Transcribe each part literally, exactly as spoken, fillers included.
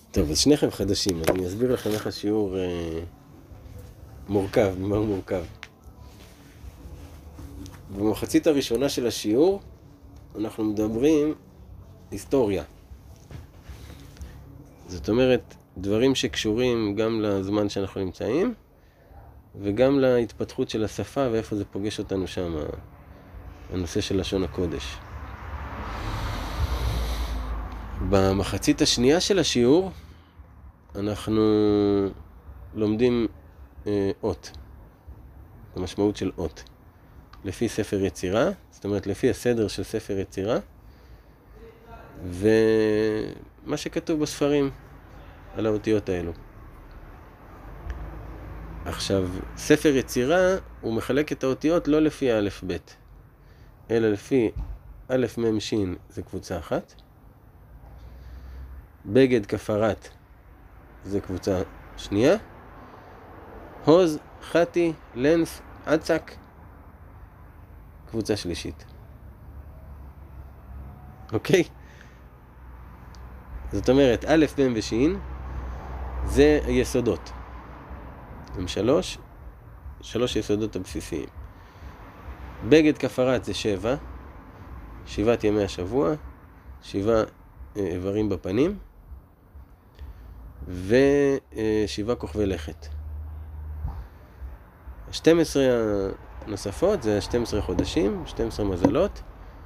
טוב, אז שניכם חדשים, אז אני אסביר לכם איך השיעור אה, מורכב, ממה הוא מורכב. במחצית הראשונה של השיעור אנחנו מדברים היסטוריה. זאת אומרת, דברים שקשורים גם לזמן שאנחנו נמצאים, וגם להתפתחות של השפה ואיפה זה פוגש אותנו שם, הנושא של לשון הקודש. במחצית השנייה של השיעור אנחנו לומדים אה, אות, המשמעות של אות, לפי ספר יצירה, זאת אומרת לפי הסדר של ספר יצירה, ומה שכתוב בספרים על האותיות האלו. עכשיו, ספר יצירה הוא מחלק את האותיות לא לפי א' ב', אלא לפי א' מ' ש' זה קבוצה אחת, בגד כפרת זה קבוצה שנייה, הוז, חתי, לנס, עצק, קבוצה שלישית. אוקיי? זאת אומרת, א', ב' וש' זה היסודות. הם שלוש, שלוש יסודות הבסיסיים. בגד כפרת זה שבע, שבעת ימי השבוע, שבעה איברים בפנים, ושבעה כוכבי לכת. שתים עשרה הנוספות זה שתים עשרה חודשים, שתים עשרה מזלות,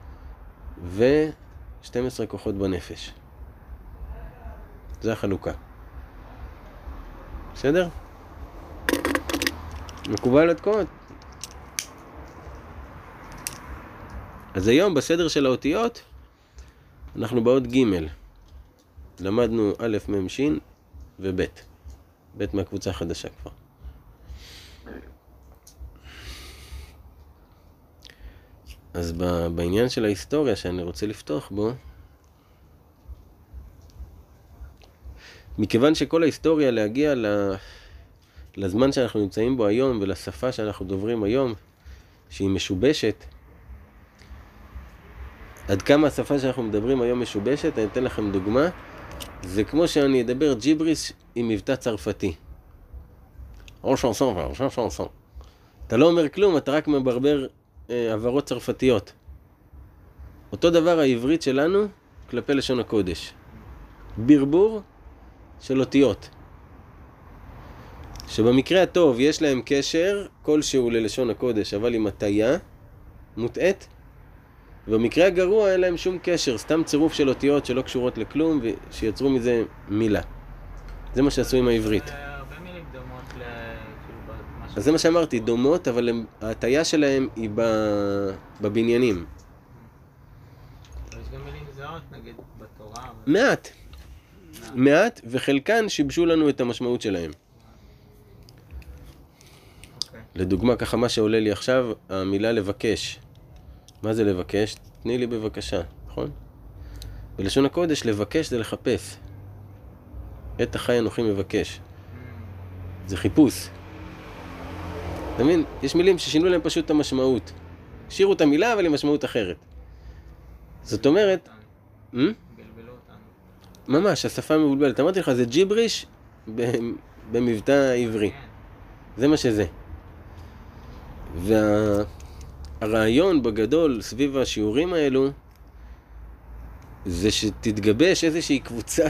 ו-שתים עשרה כוחות בנפש. זה החלוקה. בסדר? מקובל עד כה? אז היום בסדר של האותיות אנחנו באות ג'. למדנו א', מ', ש' וב'. ב' מהקבוצה החדשה כבר. אז בעניין של ההיסטוריה שאני רוצה לפתוח בו, מכיוון שכל ההיסטוריה להגיע לזמן שאנחנו נמצאים בו היום ולשפה שאנחנו דוברים היום, שהיא משובשת, עד כמה השפה שאנחנו מדברים היום משובשת, אני אתן לכם דוגמה, זה כמו שאני אדבר ג'יבריש עם מבטא צרפתי. או שנסון, או שנסון. אתה לא אומר כלום, אתה רק מברבר אה, עברות צרפתיות. אותו דבר העברית שלנו כלפי לשון הקודש. ברבור של אותיות. שבמקרה הטוב יש להם קשר כלשהו ללשון הקודש, אבל עם הטיה מוטעת. ובמקרה הגרוע אין להם שום קשר, סתם צירוף של אותיות שלא קשורות לכלום, ושיצרו מזה מילה. זה מה שעשו עם העברית. הרבה מילים דומות ל... אז זה מה שאמרתי, דומות, אבל ההטיה שלהם היא בבניינים. יש גם מילים זהות, נגיד, בתורה. מעט. מעט, וחלקן שיבשו לנו את המשמעות שלהם. לדוגמה, ככה מה שעולה לי עכשיו, המילה לבקש. מה זה לבקש? תני לי בבקשה, נכון? בלשון הקודש, לבקש זה לחפש. את החי אנוכי מבקש. זה חיפוש. אתה מבין? יש מילים ששינו להם פשוט את המשמעות. השאירו את המילה, אבל עם משמעות אחרת. זאת אומרת... בלבלו אותנו. ממש, השפה מבולבלת. אמרתי לך, זה ג'יבריש במבטא עברי. זה מה שזה. והרעיון בגדול סביב השיעורים האלו, זה שתתגבש איזושהי קבוצה,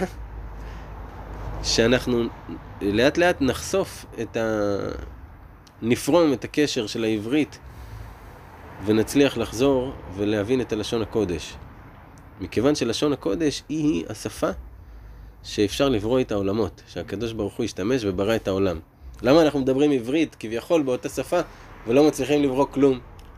שאנחנו לאט לאט נחשוף את ה... נפרום את הקשר של העברית, ונצליח לחזור ולהבין את הלשון הקודש. מכיוון שלשון הקודש היא השפה שאפשר לברוא את העולמות, שהקדוש ברוך הוא ישתמש וברא את העולם. למה אנחנו מדברים עברית כביכול באותה שפה ולא מצליחים לברוא כלום?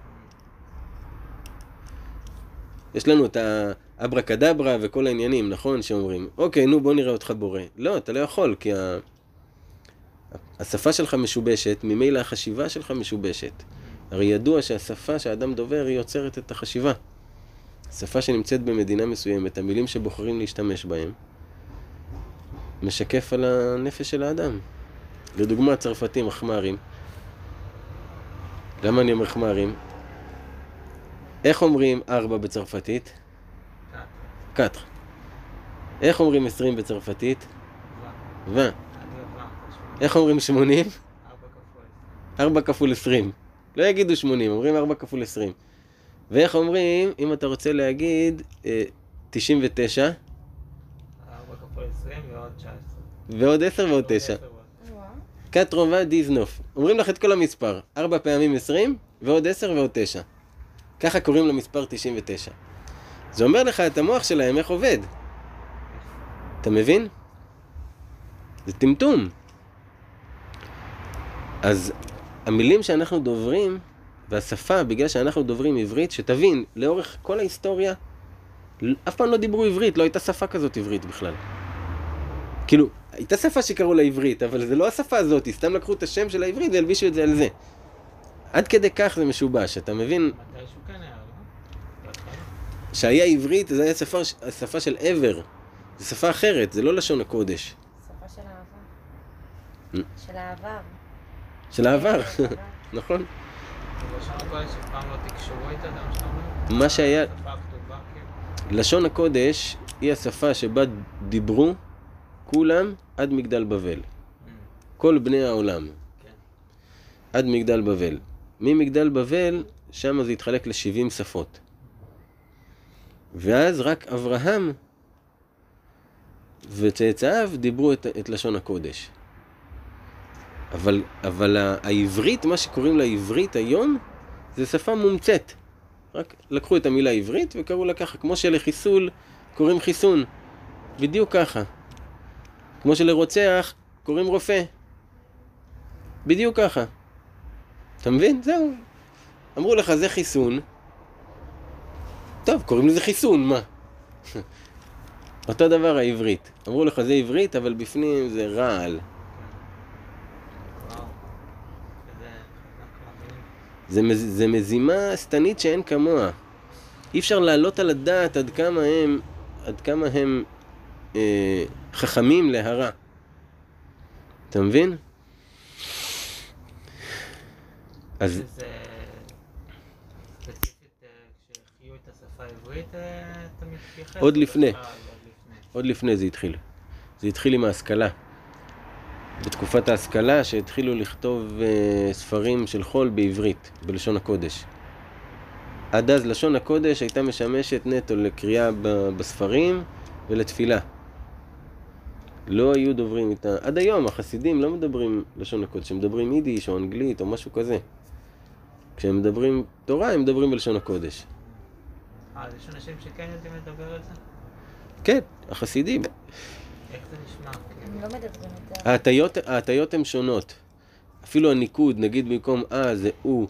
יש לנו את האברקדברה וכל העניינים, נכון? שאומרים, אוקיי, נו בוא נראה אותך בורא. לא, אתה לא יכול, כי ה... השפה שלך משובשת, ממילא החשיבה שלך משובשת. הרי ידוע שהשפה שהאדם דובר היא יוצרת את החשיבה. השפה שנמצאת במדינה מסוימת, המילים שבוחרים להשתמש בהם, משקף על הנפש של האדם. לדוגמה, צרפתים, מחמרים. למה אני אומר מחמרים? איך אומרים ארבע בצרפתית? קאטר. איך אומרים עשרים בצרפתית? ו. עד גבה. איך אומרים שמונים? ארבע כפול. ארבע כפול עשרים. לא יגידו שמונים, אומרים ארבע כפול עשרים. ואיך אומרים, אם אתה רוצה להגיד, אה, תשעים ותשע, ארבע כפול עשרים ועוד תשע עשרה. ועוד עשר ועוד תשע. קטרובה דיזנוף. אומרים לך את כל המספר. ארבע פעמים עשרים, ועוד עשר ועוד תשע. ככה קוראים למספר תשעים ותשע. זה אומר לך את המוח שלהם איך עובד. אתה מבין? זה טמטום. אז המילים שאנחנו דוברים, והשפה, בגלל שאנחנו דוברים עברית, שתבין, לאורך כל ההיסטוריה, אף פעם לא דיברו עברית, לא הייתה שפה כזאת עברית בכלל. כאילו, הייתה שפה שקראו לה עברית, אבל זה לא השפה הזאת, סתם לקחו את השם של העברית והלבישו את זה על זה. עד כדי כך זה משובש, אתה מבין? מתישהו כן היה, לא? בהתחלה. שהיה עברית, זה היה שפה, השפה של עבר. זה שפה אחרת, זה לא לשון הקודש. שפה של העבר. של העבר. של העבר, נכון? לשון הקודש שפעם לא תקשרו איתה, זה מה שאתה אומר? מה שהיה, השפה הכתובה, כאילו. לשון הקודש היא השפה שבה דיברו כולם עד מגדל בבל. כל בני העולם. כן. עד מגדל בבל. ממגדל בבל, שם זה התחלק ל-שבעים שפות. ואז רק אברהם וצאצאיו דיברו את, את לשון הקודש. אבל, אבל העברית, מה שקוראים לה עברית היום, זה שפה מומצאת. רק לקחו את המילה עברית וקראו לה ככה. כמו שלחיסול קוראים חיסון. בדיוק ככה. כמו שלרוצח קוראים רופא. בדיוק ככה. אתה מבין? זהו. אמרו לך, זה חיסון. טוב, קוראים לזה חיסון, מה? אותו דבר העברית. אמרו לך, זה עברית, אבל בפנים זה רעל. וואו. זה חזק להבין. זה, מז- זה מזימה סתנית שאין כמוה. אי אפשר לעלות על הדעת עד כמה הם, עד כמה הם אה, חכמים להרע. אתה מבין? אז שזה ספציפית, אה, כשהחיו את השפה העברית, אה, אתה מתייחס? עוד לפני. אה, עוד לפני. עוד לפני זה התחיל. זה התחיל עם ההשכלה. בתקופת ההשכלה שהתחילו לכתוב אה, ספרים של חול בעברית, בלשון הקודש. עד אז לשון הקודש הייתה משמשת נטו לקריאה ב- בספרים ולתפילה. לא היו דוברים איתה. עד היום החסידים לא מדברים לשון הקודש, הם מדברים יידיש או אנגלית או משהו כזה. כשהם מדברים תורה, הם מדברים בלשון הקודש. אה, אז יש אנשים שכן יודעים לדבר את זה? כן, החסידים. איך זה נשמע? הם לא מדברים את זה. ההטיות, ההטיות הן שונות. אפילו הניקוד, נגיד במקום אה זה הוא.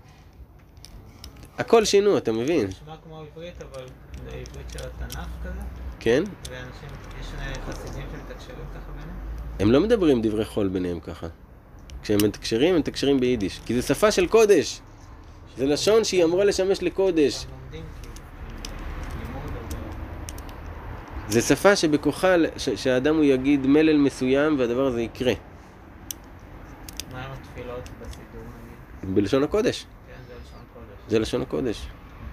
הכל שינו, אתה מבין? נשמע כמו עברית, אבל זה עברית של התנ"ך כזה? כן? ואנשים, יש חסידים שמתקשרים ככה ביניהם? הם לא מדברים דברי חול ביניהם ככה. כשהם מתקשרים, הם מתקשרים ביידיש. כי זה שפה של קודש. זה לשון שהיא אמורה לשמש לקודש. גם לומדים כאילו, לימוד או ב... זה שפה שבכוחה, ש- שהאדם הוא יגיד מלל מסוים והדבר הזה יקרה. מה עם התפילות בסידור נגיד? בלשון הקודש. כן, זה לשון קודש. זה לשון הקודש.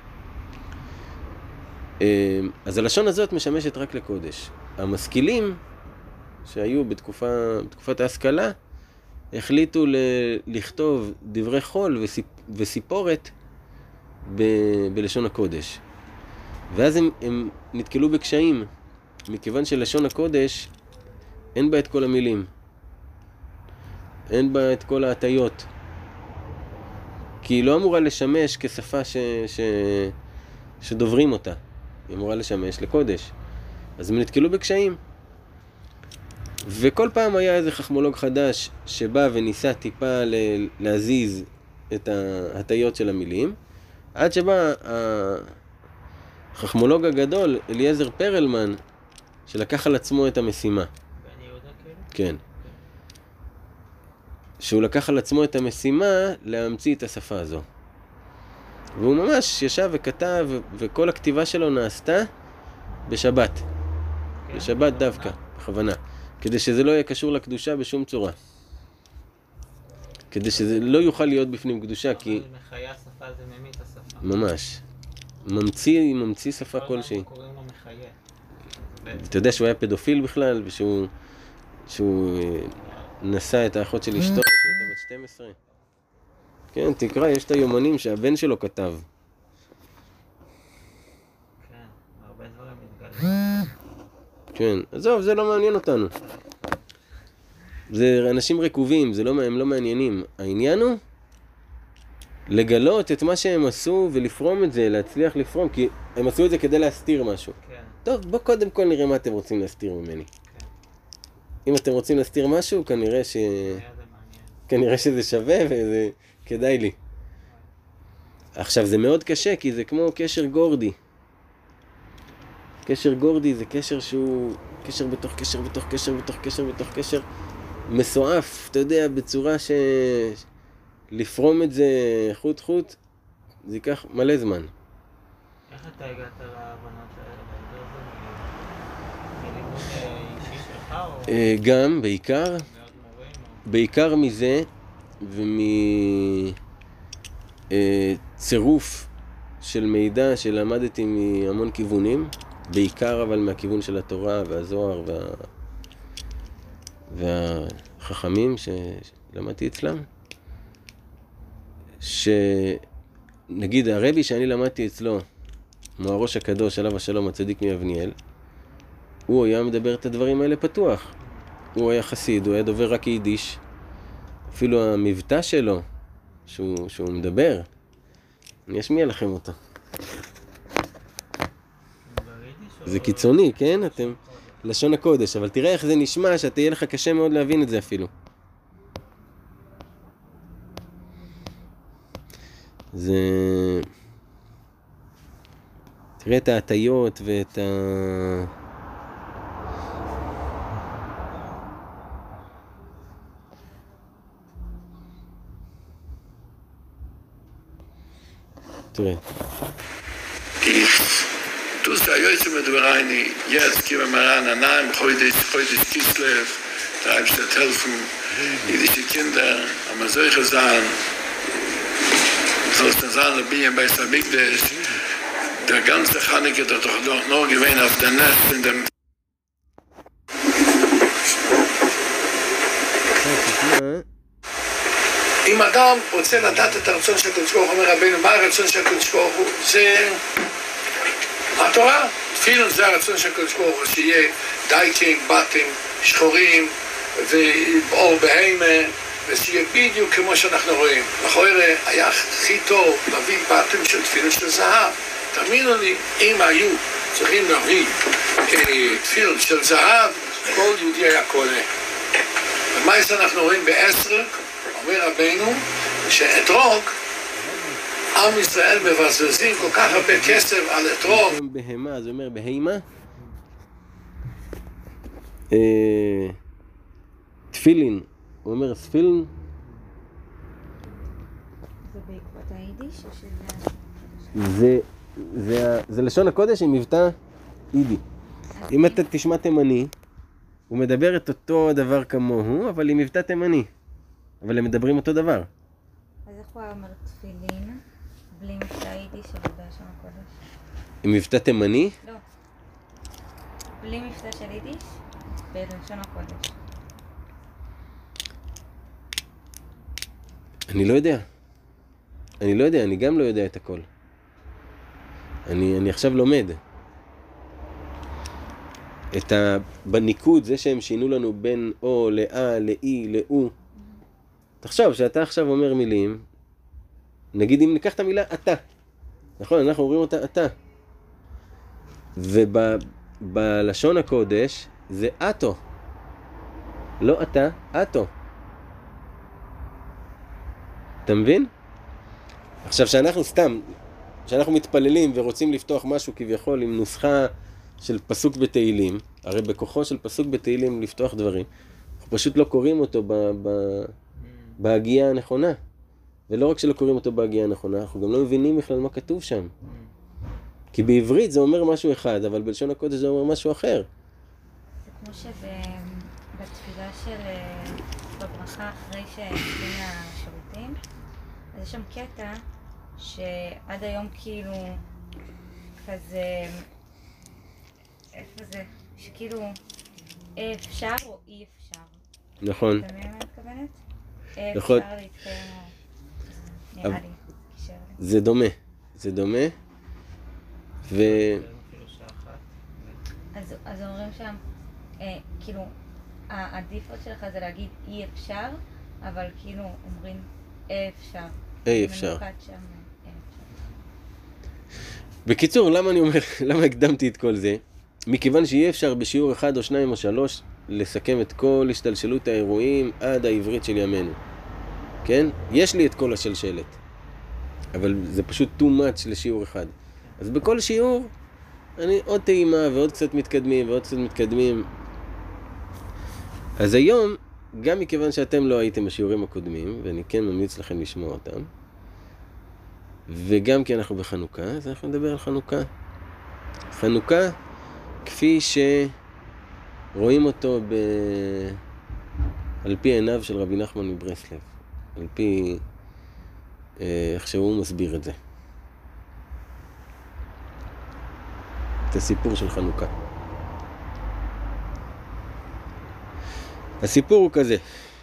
אה, אז הלשון הזאת משמשת רק לקודש. המשכילים שהיו בתקופה, בתקופת ההשכלה, החליטו ל- לכתוב דברי חול וסיפ, וסיפורת ב- בלשון הקודש. ואז הם, הם נתקלו בקשיים, מכיוון שלשון הקודש אין בה את כל המילים. אין בה את כל ההטיות. כי היא לא אמורה לשמש כשפה ש, ש, שדוברים אותה. היא אמורה לשמש לקודש. אז הם נתקלו בקשיים. וכל פעם היה איזה חכמולוג חדש שבא וניסה טיפה ל- להזיז את ההטיות של המילים, עד שבא החכמולוג הגדול, אליעזר פרלמן, שלקח על עצמו את המשימה. בן יהודה כאילו? כן. שהוא לקח על עצמו את המשימה להמציא את השפה הזו. והוא ממש ישב וכתב, וכל הכתיבה שלו נעשתה בשבת. כן, בשבת בכוונה. דווקא, בכוונה. כדי שזה לא יהיה קשור לקדושה בשום צורה. כדי שזה לא יוכל להיות בפנים קדושה, כי אבל מחיה שפה זה ממית השפה. ממש. ממציא, ממציא שפה כל כלשהי. הזמן קוראים לו מחיה. זה בעצם- אתה יודע שהוא היה פדופיל בכלל, ושהוא שהוא נשא את האחות של אשתו, שהייתה בת שתים עשרה. כן, תקרא, יש את היומנים שהבן שלו כתב. כן, הרבה דברים מתגלים. כן, עזוב, זה לא מעניין אותנו. זה אנשים רקובים, זה לא, הם לא מעניינים. העניין הוא לגלות את מה שהם עשו ולפרום את זה, להצליח לפרום, כי הם עשו את זה כדי להסתיר משהו. כן. טוב, בוא קודם כל נראה מה אתם רוצים להסתיר ממני. כן. אם אתם רוצים להסתיר משהו, כנראה ש... היה זה מעניין. כנראה שזה שווה וזה כדאי לי. עכשיו, זה מאוד קשה, כי זה כמו קשר גורדי. קשר גורדי זה קשר שהוא קשר בתוך קשר בתוך קשר בתוך קשר בתוך קשר מסועף, אתה יודע, בצורה ש... לפרום את זה חוט חוט, זה ייקח מלא זמן. איך אתה הגעת להבנות האלה? מלימוד אישי שלך או אה, גם, בעיקר, מעוד מורים? או- בעיקר מזה ומצירוף של מידע שלמדתי מהמון כיוונים, בעיקר אבל מהכיוון של התורה והזוהר וה... והחכמים שלמדתי אצלם. שנגיד הרבי שאני למדתי אצלו, מוהראש הקדוש עליו השלום הצדיק מאבניאל, הוא היה מדבר את הדברים האלה פתוח. הוא היה חסיד, הוא היה דובר רק יידיש. אפילו המבטא שלו, שהוא, שהוא מדבר, אני אשמיע לכם אותו. ביידיש או- זה קיצוני, כן? אתם... לשון הקודש, אבל תראה איך זה נשמע, שתהיה לך קשה מאוד להבין את זה אפילו. זה... תראה את ההטיות ואת ה... תראה. Du sta jetzt mit der Reine, jetzt gehen wir mal an, nein, heute ist, heute ist Kislev, da habe ich das helfen, jüdische Kinder, aber solche Sachen, so ist das alle Bienen bei Sabikdes, der ganze Chaneke, der doch noch nur gewähnt auf der Nest in dem אם אדם רוצה לדעת את הרצון של הקדוש ברוך הוא, אומר רבינו, מה הרצון של הקדוש ברוך הוא? זה התורה. תפילין זה הרצון של הקדוש ברוך הוא, שיהיה דייטים, בתים, שחורים, ואור בהימה, ושיהיה בדיוק כמו שאנחנו רואים. לכאורה היה הכי טוב להביא בתים של תפילין של זהב. תאמינו לי, אם היו צריכים להביא תפילין של זהב, כל יהודי היה קונה. ומה אנחנו רואים בעשרה? אומר רבינו שאתרוג, עם ישראל מבזבזים כל כך הרבה כסף על אתרוג. בהמה, זה אומר בהימה. תפילין, הוא אומר ספילין. זה בעקבות היידיש או שזה... זה, זה, זה לשון הקודש עם מבטא יידי. אם אתה תשמע תימני, הוא מדבר את אותו דבר כמוהו, אבל עם מבטא תימני. אבל הם מדברים אותו דבר. אז איך הוא היה אומר תפילין, בלי מבטא יידיש של בלשון הקודש? עם מבטא תימני? לא. בלי מבטא של יידיש, בלשון הקודש. אני לא יודע. אני לא יודע, אני גם לא יודע את הכל. אני, אני עכשיו לומד. את ה... בניקוד, זה שהם שינו לנו בין או, לאה, לאי, לאו. תחשוב שאתה עכשיו אומר מילים, נגיד אם ניקח את המילה אתה, נכון? אנחנו אומרים אותה אתה. ובלשון הקודש זה אתו. לא אתה, אתו. אתה מבין? עכשיו שאנחנו סתם, שאנחנו מתפללים ורוצים לפתוח משהו כביכול עם נוסחה של פסוק בתהילים, הרי בכוחו של פסוק בתהילים לפתוח דברים, אנחנו פשוט לא קוראים אותו ב... ב... בהגיעה הנכונה. ולא רק שלא קוראים אותו בהגיעה הנכונה, אנחנו גם לא מבינים בכלל מה כתוב שם. כי בעברית זה אומר משהו אחד, אבל בלשון הקודש זה אומר משהו אחר. זה כמו שבתפילה של... בברכה אחרי שיוצאים מהשירותים, אז יש שם קטע שעד היום כאילו כזה... איפה זה? שכאילו אפשר או אי אפשר. נכון. אתה מבין מה אני מתכוונת? אה, נכון. אפשר להתקיים, נראה אבל- לי, קישר לי. זה דומה. זה דומה. ו... אפילו שעה אחת. אז אז אומרים שם, אה, כאילו, ה- הדיפולט שלך זה להגיד אי אפשר, אבל כאילו אומרים אה אפשר. אי אפשר. מנוקד שם, אה אפשר. בקיצור, למה אני אומר, למה הקדמתי את כל זה? מכיוון שיהיה אפשר בשיעור אחד או שניים או שלוש לסכם את כל השתלשלות האירועים עד העברית של ימינו. כן? יש לי את כל השלשלת. אבל זה פשוט too much לשיעור אחד. אז בכל שיעור אני עוד טעימה ועוד קצת מתקדמים ועוד קצת מתקדמים. אז היום, גם מכיוון שאתם לא הייתם בשיעורים הקודמים, ואני כן ממליץ לכם לשמוע אותם, וגם כי אנחנו בחנוכה, אז אנחנו נדבר על חנוכה. חנוכה, כפי שרואים אותו ב... על פי עיניו של רבי נחמן מברסלב, על פי אה, איך שהוא מסביר את זה. את הסיפור של חנוכה. הסיפור הוא כזה.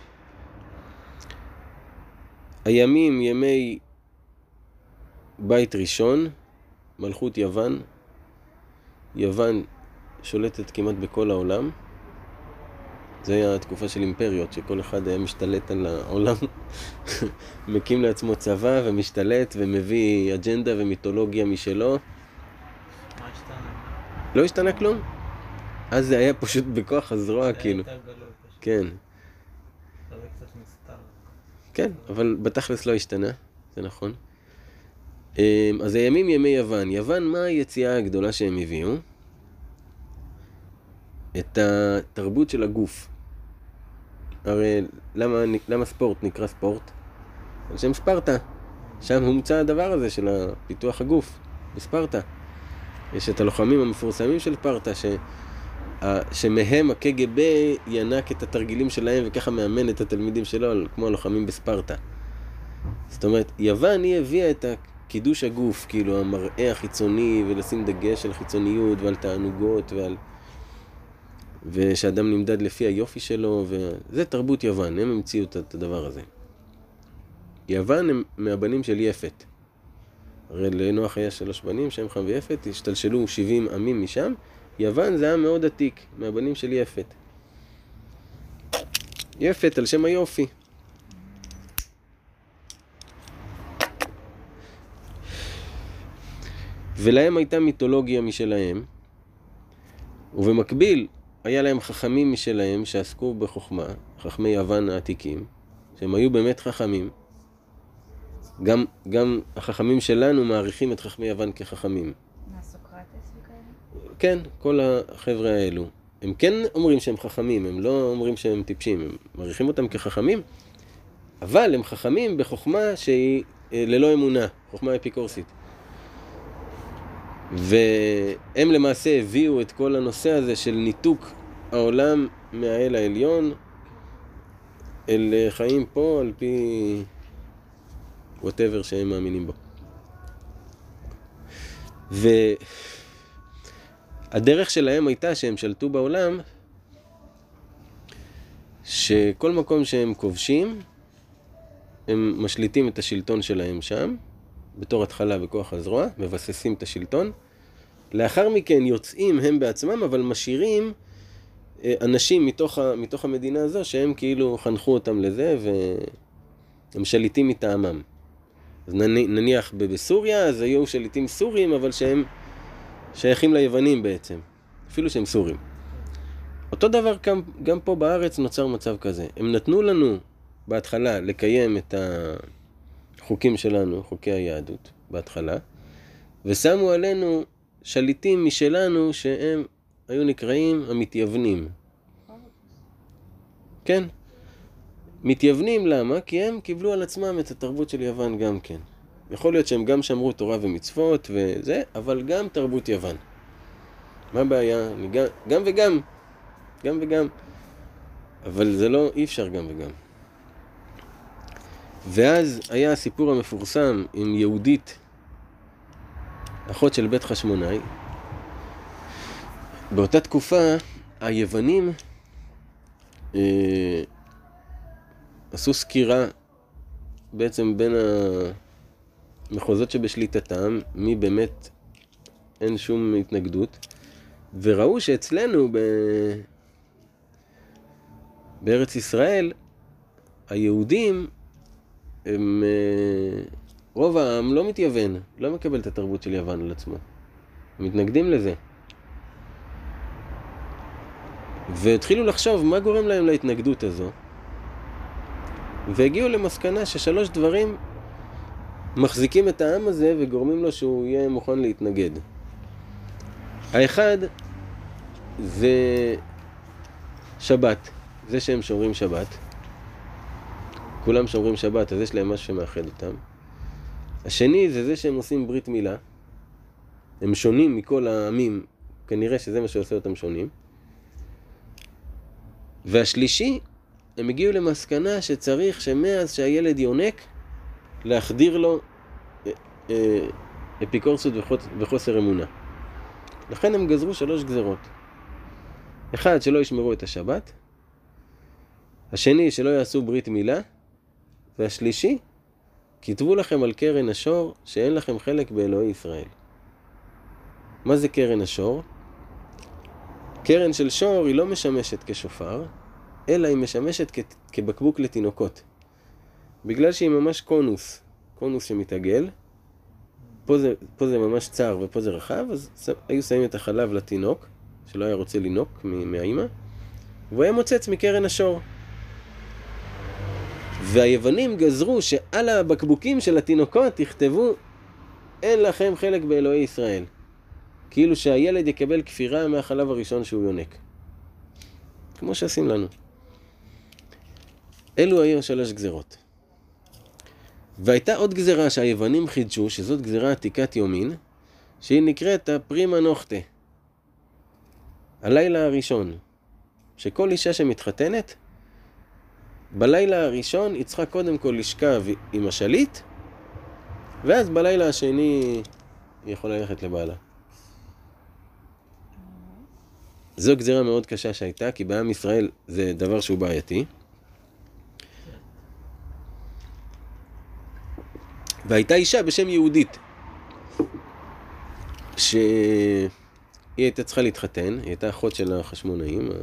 הימים ימי בית ראשון, מלכות יוון. יוון שולטת כמעט בכל העולם. זה היה התקופה של אימפריות, שכל אחד היה משתלט על העולם. מקים לעצמו צבא ומשתלט ומביא אג'נדה ומיתולוגיה משלו. מה השתנה? לא השתנה כלום. אז זה היה פשוט בכוח הזרוע, כאילו. זה היה יותר גלוי פשוט. כן, זה היה קצת מסתר. כן, אבל בתכלס לא השתנה, זה נכון. אמ, אז הימים ימי יוון. יוון, מה היציאה הגדולה שהם הביאו? את התרבות של הגוף. הרי למה, למה ספורט נקרא ספורט? על שם ספרטה. שם הומצא הדבר הזה של פיתוח הגוף, בספרטה. יש את הלוחמים המפורסמים של ספרטה, ש... שמהם ה-קי-גי-בי ינק את התרגילים שלהם וככה מאמן את התלמידים שלו, כמו הלוחמים בספרטה. זאת אומרת, יוון היא הביאה את קידוש הגוף, כאילו המראה החיצוני, ולשים דגש על חיצוניות ועל תענוגות ועל... ושאדם נמדד לפי היופי שלו, וזה תרבות יוון, הם המציאו את הדבר הזה. יוון הם מהבנים של יפת. הרי לנוח היה שלוש בנים, שם חם ויפת, השתלשלו שבעים עמים משם. יוון זה היה מאוד עתיק, מהבנים של יפת. יפת על שם היופי. ולהם הייתה מיתולוגיה משלהם, ובמקביל היה להם חכמים משלהם שעסקו בחוכמה, חכמי יוון העתיקים, שהם היו באמת חכמים. גם, גם החכמים שלנו מעריכים את חכמי יוון כחכמים. מה, סוקרטס וכאלה? כן, כל החבר'ה האלו. הם כן אומרים שהם חכמים, הם לא אומרים שהם טיפשים, הם מעריכים אותם כחכמים, אבל הם חכמים בחוכמה שהיא ללא אמונה, חוכמה אפיקורסית. והם למעשה הביאו את כל הנושא הזה של ניתוק העולם מהאל העליון אל חיים פה על פי whatever שהם מאמינים בו. והדרך שלהם הייתה שהם שלטו בעולם, שכל מקום שהם כובשים, הם משליטים את השלטון שלהם שם, בתור התחלה בכוח הזרוע, מבססים את השלטון. לאחר מכן יוצאים הם בעצמם, אבל משאירים אנשים מתוך, ה, מתוך המדינה הזו, שהם כאילו חנכו אותם לזה, והם שליטים מטעמם. אז נניח בסוריה, אז היו שליטים סורים, אבל שהם שייכים ליוונים בעצם, אפילו שהם סורים. אותו דבר גם, גם פה בארץ נוצר מצב כזה. הם נתנו לנו בהתחלה לקיים את החוקים שלנו, חוקי היהדות, בהתחלה, ושמו עלינו שליטים משלנו שהם היו נקראים המתייוונים. כן. מתייוונים למה? כי הם קיבלו על עצמם את התרבות של יוון גם כן. יכול להיות שהם גם שמרו תורה ומצוות וזה, אבל גם תרבות יוון. מה הבעיה? גם, גם וגם. גם וגם. אבל זה לא, אי אפשר גם וגם. ואז היה הסיפור המפורסם עם יהודית, אחות של בית חשמונאי. באותה תקופה, היוונים אה, עשו סקירה בעצם בין המחוזות שבשליטתם, מי באמת אין שום התנגדות, וראו שאצלנו ב... בארץ ישראל, היהודים, הם, רוב העם לא מתייוון, לא מקבל את התרבות של יוון על עצמו. הם מתנגדים לזה. והתחילו לחשוב מה גורם להם להתנגדות הזו. והגיעו למסקנה ששלוש דברים מחזיקים את העם הזה וגורמים לו שהוא יהיה מוכן להתנגד. האחד זה שבת, זה שהם שומרים שבת. כולם שומרים שבת, אז יש להם משהו שמאחד אותם. השני זה זה שהם עושים ברית מילה. הם שונים מכל העמים, כנראה שזה מה שעושה אותם שונים. והשלישי, הם הגיעו למסקנה שצריך שמאז שהילד יונק, להחדיר לו אפיקורסות וחוסר אמונה. לכן הם גזרו שלוש גזרות. אחד, שלא ישמרו את השבת. השני, שלא יעשו ברית מילה. והשלישי, כתבו לכם על קרן השור שאין לכם חלק באלוהי ישראל. מה זה קרן השור? קרן של שור היא לא משמשת כשופר, אלא היא משמשת כ- כבקבוק לתינוקות. בגלל שהיא ממש קונוס, קונוס שמתעגל, פה זה, פה זה ממש צר ופה זה רחב, אז היו שמים את החלב לתינוק, שלא היה רוצה לינוק מהאימא, והוא היה מוצץ מקרן השור. והיוונים גזרו שעל הבקבוקים של התינוקות יכתבו אין לכם חלק באלוהי ישראל. כאילו שהילד יקבל כפירה מהחלב הראשון שהוא יונק. כמו שעשים לנו. אלו היו שלוש גזרות. והייתה עוד גזרה שהיוונים חידשו, שזאת גזרה עתיקת יומין, שהיא נקראת הפרימה נוכטה. הלילה הראשון. שכל אישה שמתחתנת, בלילה הראשון היא צריכה קודם כל לשכב עם השליט, ואז בלילה השני היא יכולה ללכת לבעלה. זו גזירה מאוד קשה שהייתה, כי בעם ישראל זה דבר שהוא בעייתי. והייתה אישה בשם יהודית, שהיא הייתה צריכה להתחתן, היא הייתה אחות של החשמונאים. היא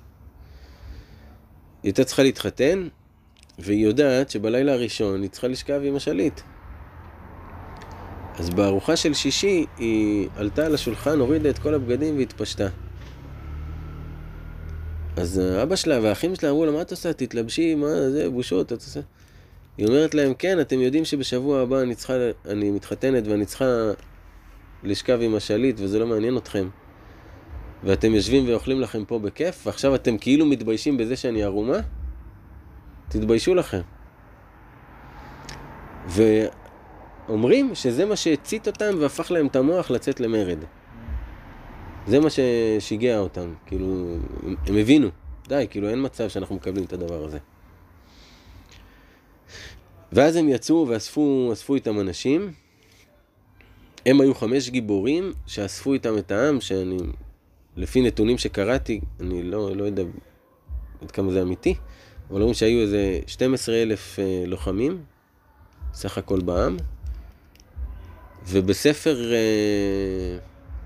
הייתה צריכה להתחתן, והיא יודעת שבלילה הראשון היא צריכה לשכב עם השליט. אז בארוחה של שישי היא עלתה על השולחן, הורידה את כל הבגדים והתפשטה. אז אבא שלה והאחים שלה אמרו לה, מה את עושה? תתלבשי, מה זה, בושות, את עושה? היא אומרת להם, כן, אתם יודעים שבשבוע הבא אני צריכה, אני מתחתנת ואני צריכה לשכב עם השליט וזה לא מעניין אתכם. ואתם יושבים ואוכלים לכם פה בכיף, ועכשיו אתם כאילו מתביישים בזה שאני ערומה? תתביישו לכם. ואומרים שזה מה שהצית אותם והפך להם את המוח לצאת למרד. זה מה ששיגע אותם, כאילו, הם הבינו, די, כאילו אין מצב שאנחנו מקבלים את הדבר הזה. ואז הם יצאו ואספו אספו איתם אנשים, הם היו חמש גיבורים שאספו איתם את העם, שאני, לפי נתונים שקראתי, אני לא, לא יודע עד כמה זה אמיתי, אבל אומרים שהיו איזה שנים עשר אלף אה, לוחמים, סך הכל בעם, ובספר... אה,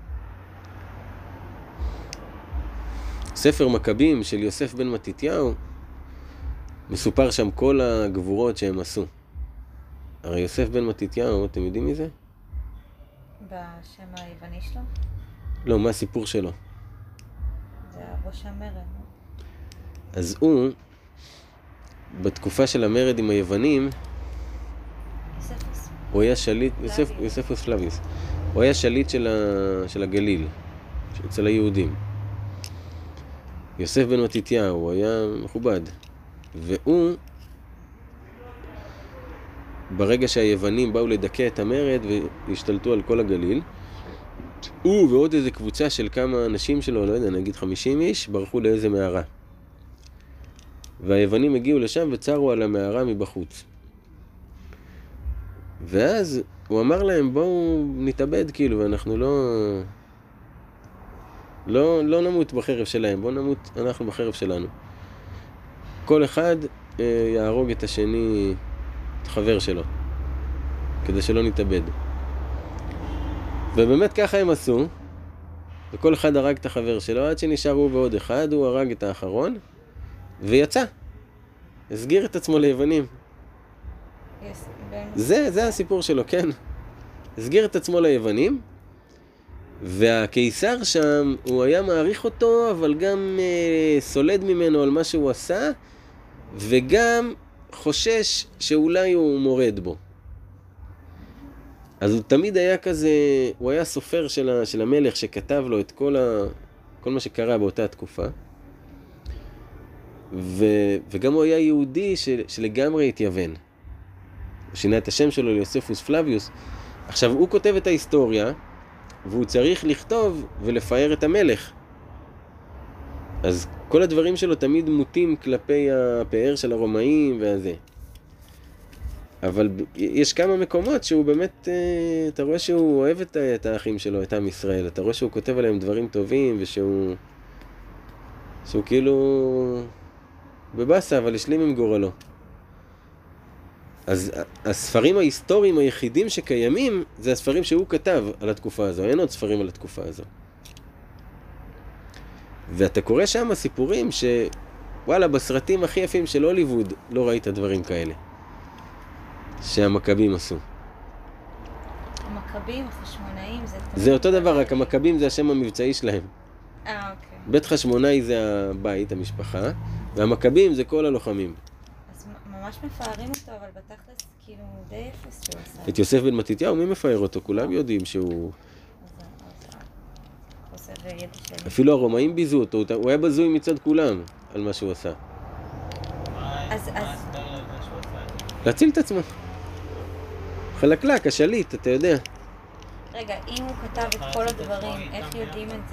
ספר מכבים של יוסף בן מתתיהו, מסופר שם כל הגבורות שהם עשו. הרי יוסף בן מתתיהו, אתם יודעים מי זה? בשם היווני שלו? לא, מה הסיפור שלו? זה ראש המרד. אז הוא, בתקופה של המרד עם היוונים, יוספוס. הוא היה שליט, יוסף, יוספוס פלביוס, הוא היה שליט של, ה, של הגליל, אצל היהודים. יוסף בן מתתיהו, הוא היה מכובד. והוא, ברגע שהיוונים באו לדכא את המרד והשתלטו על כל הגליל, הוא ועוד איזה קבוצה של כמה אנשים שלו, לא יודע, נגיד חמישים איש, ברחו לאיזה מערה. והיוונים הגיעו לשם וצרו על המערה מבחוץ. ואז הוא אמר להם, בואו נתאבד כאילו, ואנחנו לא... לא, לא נמות בחרב שלהם, בואו נמות אנחנו בחרב שלנו. כל אחד אה, יהרוג את השני, את חבר שלו, כדי שלא נתאבד. ובאמת ככה הם עשו, וכל אחד הרג את החבר שלו, עד שנשאר הוא ועוד אחד, הוא הרג את האחרון, ויצא. הסגיר את עצמו ליוונים. Yes, זה, זה הסיפור שלו, כן. הסגיר את עצמו ליוונים, והקיסר שם, הוא היה מעריך אותו, אבל גם אה, סולד ממנו על מה שהוא עשה, וגם חושש שאולי הוא מורד בו. אז הוא תמיד היה כזה, הוא היה סופר של, ה, של המלך שכתב לו את כל, ה, כל מה שקרה באותה תקופה. ו, וגם הוא היה יהודי של, שלגמרי התייוון. הוא שינה את השם שלו ליוספוס פלביוס. עכשיו הוא כותב את ההיסטוריה, והוא צריך לכתוב ולפאר את המלך. אז כל הדברים שלו תמיד מוטים כלפי הפאר של הרומאים והזה. אבל יש כמה מקומות שהוא באמת, אתה רואה שהוא אוהב את האחים שלו, את עם ישראל. אתה רואה שהוא כותב עליהם דברים טובים, ושהוא שהוא כאילו בבאסה, אבל השלים עם גורלו. אז הספרים ההיסטוריים היחידים שקיימים, זה הספרים שהוא כתב על התקופה הזו. אין עוד ספרים על התקופה הזו. ואתה קורא שם סיפורים שוואלה, בסרטים הכי יפים של הוליווד לא ראית דברים כאלה. שהמכבים עשו. המכבים, החשמונאים, זה... זה אותו דבר, רק המכבים זה השם המבצעי שלהם. אה, אוקיי. בית חשמונאי זה הבית, המשפחה, והמכבים זה כל הלוחמים. אז ממש מפארים אותו, אבל בתכלס, כאילו, די אפס שהוא עשה. את יוסף בן מתתיהו, מי מפאר אותו? כולם יודעים שהוא... חוסר ידע שלי. אפילו הרומאים ביזו אותו, הוא היה בזוי מצד כולם על מה שהוא עשה. מה אז- אז- ההסבר למה שהוא עשה? להציל את עצמו. חלקלק, השליט, אתה יודע. רגע, אם הוא כתב את כל הדברים, איך יודעים את זה?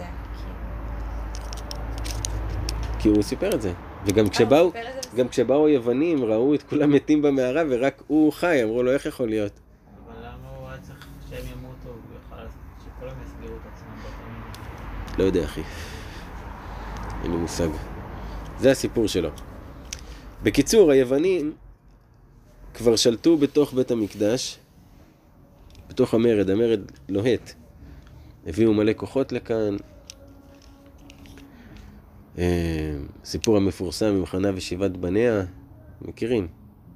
כי הוא סיפר את זה. וגם כשבאו, סיפר את זה גם כשבאו היוונים, ראו את כולם מתים במערה, ורק הוא חי, אמרו לו, איך יכול להיות? אבל למה הוא היה צריך שהם ימותו, הוא יוכל לעשות שכולם יסגרו את עצמם באותם... לא יודע, אחי. אין לי מושג. זה הסיפור שלו. בקיצור, היוונים כבר שלטו בתוך בית המקדש, בתוך המרד, המרד לוהט. הביאו מלא כוחות לכאן. סיפור המפורסם עם חנה ושבעת בניה, מכירים?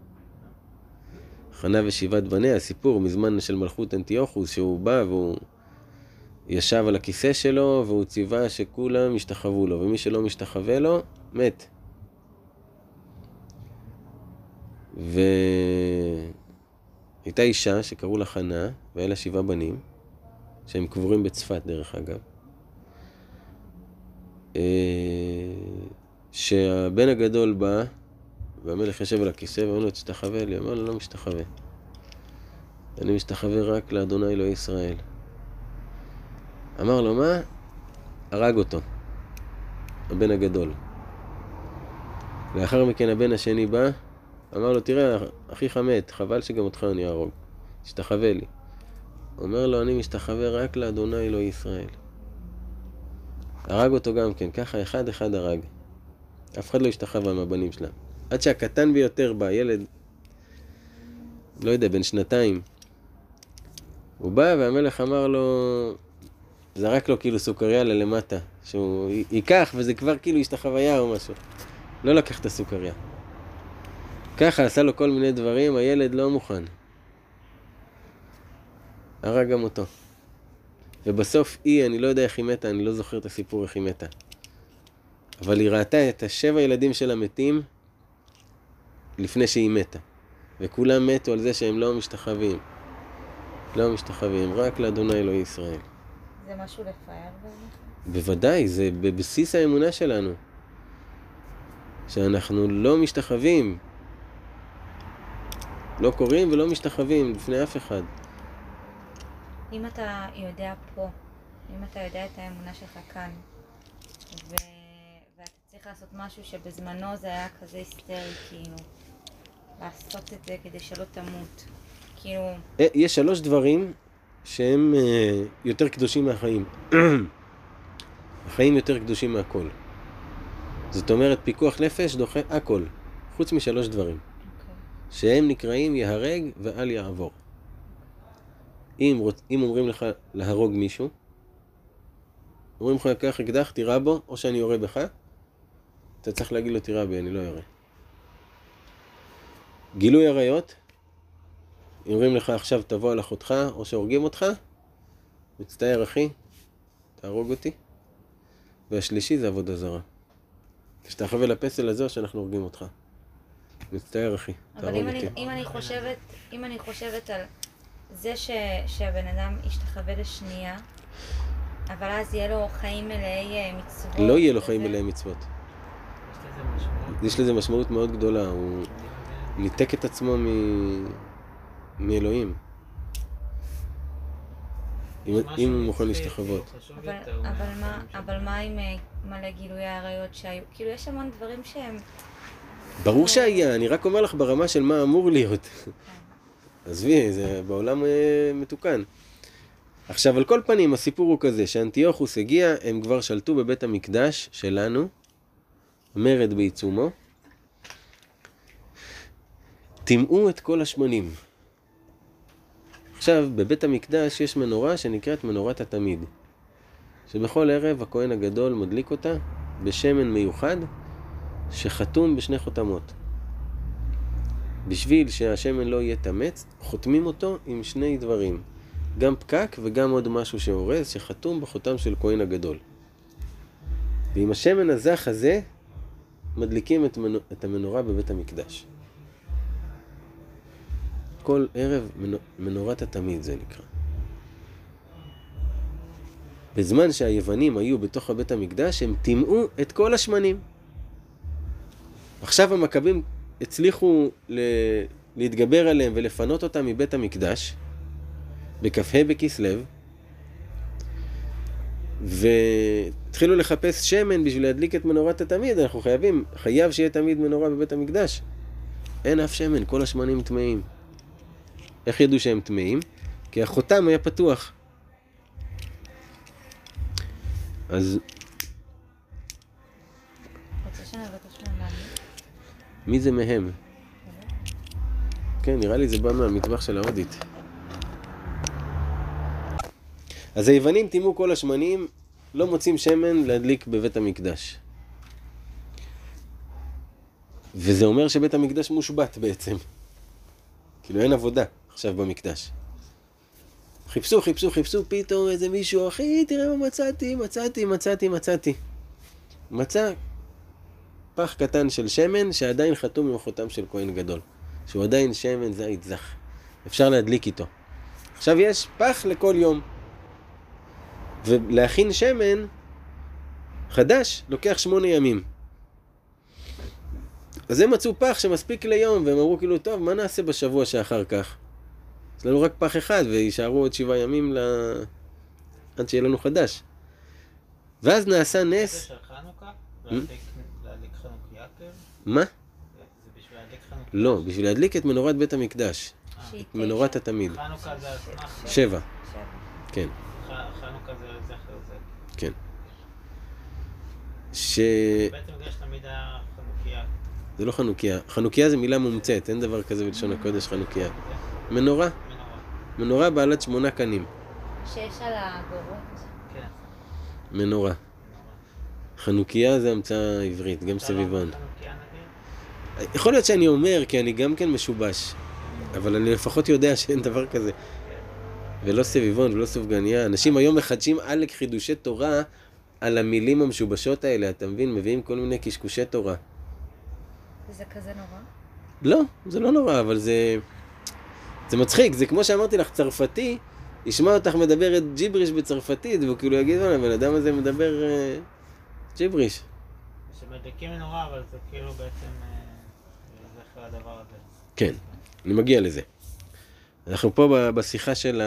חנה ושבעת בניה, סיפור מזמן של מלכות אנטיוכוס, שהוא בא והוא ישב על הכיסא שלו, והוא ציווה שכולם ישתחוו לו, ומי שלא משתחווה לו, מת. והייתה אישה שקראו לה חנה, והיה לה שבעה בנים, שהם קבורים בצפת דרך אגב. שהבן הגדול בא, והמלך ישב על הכיסא, ואומר לו, תשתחווה לי. אמר לו, לא משתחווה. אני משתחווה רק לאדוני אלוהי ישראל. אמר לו, מה? הרג אותו. הבן הגדול. לאחר מכן הבן השני בא, אמר לו, תראה, אחיך מת, חבל שגם אותך אני אהרוג. תשתחווה לי. אומר לו, אני משתחווה רק לאדוני אלוהי ישראל. הרג אותו גם כן, ככה אחד אחד הרג. אף אחד לא השתחווה מהבנים שלהם. עד שהקטן ביותר בא, ילד, לא יודע, בן שנתיים. הוא בא והמלך אמר לו, זרק לו כאילו סוכריה ללמטה, שהוא ייקח וזה כבר כאילו השתחוויה או משהו. לא לקח את הסוכריה. ככה עשה לו כל מיני דברים, הילד לא מוכן. הרג גם אותו. ובסוף היא, אני לא יודע איך היא מתה, אני לא זוכר את הסיפור איך היא מתה. אבל היא ראתה את השבע ילדים של המתים לפני שהיא מתה. וכולם מתו על זה שהם לא משתחווים. לא משתחווים, רק לאדוני אלוהי ישראל. זה משהו לפאר באמת? בוודאי, זה בבסיס האמונה שלנו. שאנחנו לא משתחווים. לא קוראים ולא משתחווים לפני אף אחד. אם אתה יודע פה, אם אתה יודע את האמונה שלך כאן, ו... ואתה צריך לעשות משהו שבזמנו זה היה כזה היסטרי, כאילו, לעשות את זה כדי שלא תמות, כאילו... יש שלוש דברים שהם אה, יותר קדושים מהחיים. החיים יותר קדושים מהכל. זאת אומרת, פיקוח נפש דוחה הכל, חוץ משלוש דברים, אוקיי. שהם נקראים יהרג ואל יעבור. אם, רוצ- אם אומרים לך להרוג מישהו, אומרים לך, קח אקדח, תירה בו, או שאני יורה בך, אתה צריך להגיד לו, תירה בי, אני לא יורה. גילוי עריות, אומרים לך עכשיו תבוא על אחותך, או שהורגים אותך, מצטער אחי, תהרוג אותי. והשלישי זה עבודה זרה. כשאתה חבל הפסל הזה, או שאנחנו הורגים אותך. מצטער אחי, אבל תהרוג אם אני, אותי. אם אני חושבת, אם אני חושבת על זה ש, שהבן אדם ישתחווה לשנייה, אבל אז יהיה לו חיים מלאי אה, מצוות. לא יהיה לו חיים וזה- מלאי מצוות. יש לזה משמעות. יש לזה משמעות מאוד גדולה, הוא ניתק את עצמו מ... מאלוהים. אם, משהו אם הוא מוכן נצחי, להשתחוות. כאילו, חשוב אבל, יותר אבל, מהחיים מה, שלו. אבל מה עם אה, מלא גילוי העריות שהיו? כאילו יש המון דברים שהם... ברור שהיה, אני רק אומר לך ברמה של מה אמור להיות. עזבי, זה בעולם אה, מתוקן. עכשיו, על כל פנים, הסיפור הוא כזה, שאנטיוכוס הגיע, הם כבר שלטו בבית המקדש שלנו, מרד בעיצומו, טימאו את כל השמנים. עכשיו, בבית המקדש יש מנורה שנקראת מנורת התמיד, שבכל ערב הכהן הגדול מדליק אותה בשמן מיוחד, שחתום בשני חותמות. בשביל שהשמן לא יהיה תמץ, חותמים אותו עם שני דברים. גם פקק וגם עוד משהו שהורס, שחתום בחותם של כהן הגדול. ועם השמן הזך הזה, מדליקים את, מנ... את המנורה בבית המקדש. כל ערב מנ... מנורת התמיד זה נקרא. בזמן שהיוונים היו בתוך הבית המקדש, הם טימאו את כל השמנים. עכשיו המכבים הצליחו ל... להתגבר עליהם ולפנות אותם מבית המקדש, בכ"ה בכסלו, והתחילו לחפש שמן בשביל להדליק את מנורת התמיד. אנחנו חייבים, חייב שיהיה תמיד מנורה בבית המקדש. אין אף שמן, כל השמנים טמאים. איך ידעו שהם טמאים? כי החותם היה פתוח. אז רוצה שנבט השמן מעניין? מי זה מהם? כן, נראה לי זה בא מהמטבח של ההודית. אז היוונים טימאו כל השמנים, לא מוצאים שמן להדליק בבית המקדש. וזה אומר שבית המקדש מושבת בעצם. כאילו אין עבודה עכשיו במקדש. חיפשו, חיפשו, חיפשו, פתאום איזה מישהו, אחי, תראה מה מצאתי, מצאתי, מצאתי, מצאתי. מצא פח קטן של שמן שעדיין חתום עם החותם של כהן גדול. שהוא עדיין שמן זית זך. אפשר להדליק איתו. עכשיו יש פח לכל יום. ולהכין שמן חדש לוקח שמונה ימים. אז הם מצאו פח שמספיק ליום, והם אמרו כאילו, טוב, מה נעשה בשבוע שאחר כך? יש לנו רק פח אחד, וישארו עוד שבעה ימים ל... עד שיהיה לנו חדש. ואז נעשה זה נס... של חנוכה? להדליק להדליק חנוכיה כאילו? מה? זה בשביל להדליק חנוכיה? לא, בשביל להדליק את מנורת בית המקדש. שהיא את מנורת תשע. התמיד. חנוכה זה הסמך? שבע. שבע. כן, ח- חנוכה זה זכר זה. כן. ש... בעצם יש תמיד היה חנוכיה. זה לא חנוכיה. חנוכיה זה מילה מומצאת, אין דבר כזה בלשון הקודש חנוכיה. מנורה. מנורה. מנורה בעלת שמונה קנים. שיש על הגורות. כן. מנורה. מנורה. חנוכיה זה המצאה עברית, גם אתה לא אומר סביבון. חנוכיה נגיד? יכול להיות שאני אומר, כי אני גם כן משובש. אבל אני לפחות יודע שאין דבר כזה. ולא סביבון ולא סופגניה. אנשים היום מחדשים עלק חידושי תורה על המילים המשובשות האלה, אתה מבין? מביאים כל מיני קשקושי תורה. זה כזה נורא? לא, זה לא נורא, אבל זה... זה מצחיק, זה כמו שאמרתי לך, צרפתי, ישמע אותך מדברת ג'יבריש בצרפתית, והוא כאילו יגיד, הבן אדם הזה מדבר אה, ג'יבריש. שמדליקים מנורה, אבל זה כאילו בעצם אה, זכר הדבר הזה. כן, אני מגיע לזה. אנחנו פה ב- בשיחה של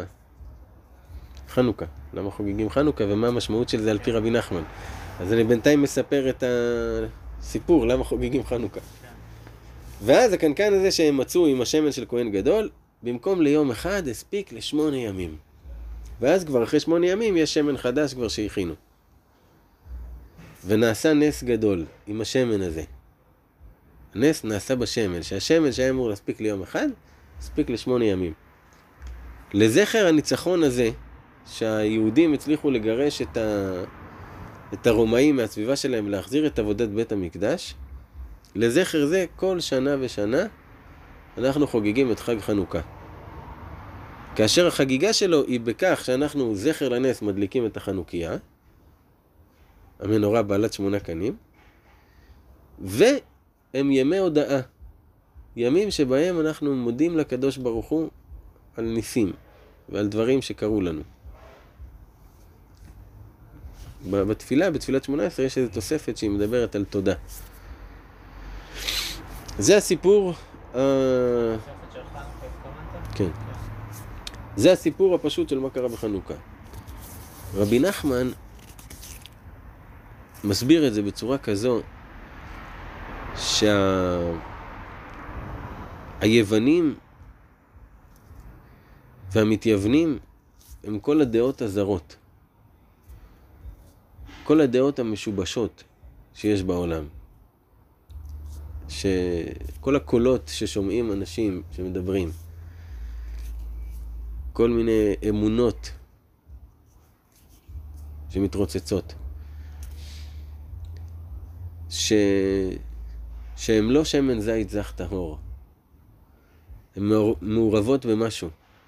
חנוכה. למה חוגגים חנוכה ומה המשמעות של זה על פי רבי נחמן. אז אני בינתיים מספר את הסיפור, למה חוגגים חנוכה. ואז הקנקן הזה שהם מצאו עם השמן של כהן גדול, במקום ליום אחד הספיק לשמונה ימים. ואז כבר אחרי שמונה ימים יש שמן חדש כבר שהכינו. ונעשה נס גדול עם השמן הזה. הנס נעשה בשמן, שהשמן שהיה אמור להספיק ליום אחד, הספיק לשמונה ימים. לזכר הניצחון הזה, שהיהודים הצליחו לגרש את, ה... את הרומאים מהסביבה שלהם ולהחזיר את עבודת בית המקדש, לזכר זה כל שנה ושנה אנחנו חוגגים את חג חנוכה. כאשר החגיגה שלו היא בכך שאנחנו זכר לנס מדליקים את החנוכיה, המנורה בעלת שמונה קנים, והם ימי הודאה, ימים שבהם אנחנו מודים לקדוש ברוך הוא על ניסים ועל דברים שקרו לנו. בתפילה, בתפילת שמונה עשרה, יש איזו תוספת שהיא מדברת על תודה. זה הסיפור, תוספת של חנוכה, התכוונת? כן. זה הסיפור הפשוט של מה קרה בחנוכה. רבי נחמן מסביר את זה בצורה כזו, שהיוונים והמתייוונים הם כל הדעות הזרות. כל הדעות המשובשות שיש בעולם. שכל הקולות ששומעים אנשים שמדברים. כל מיני אמונות שמתרוצצות. ש... שהן לא שמן זית זך טהור. הן מעורבות במשהו.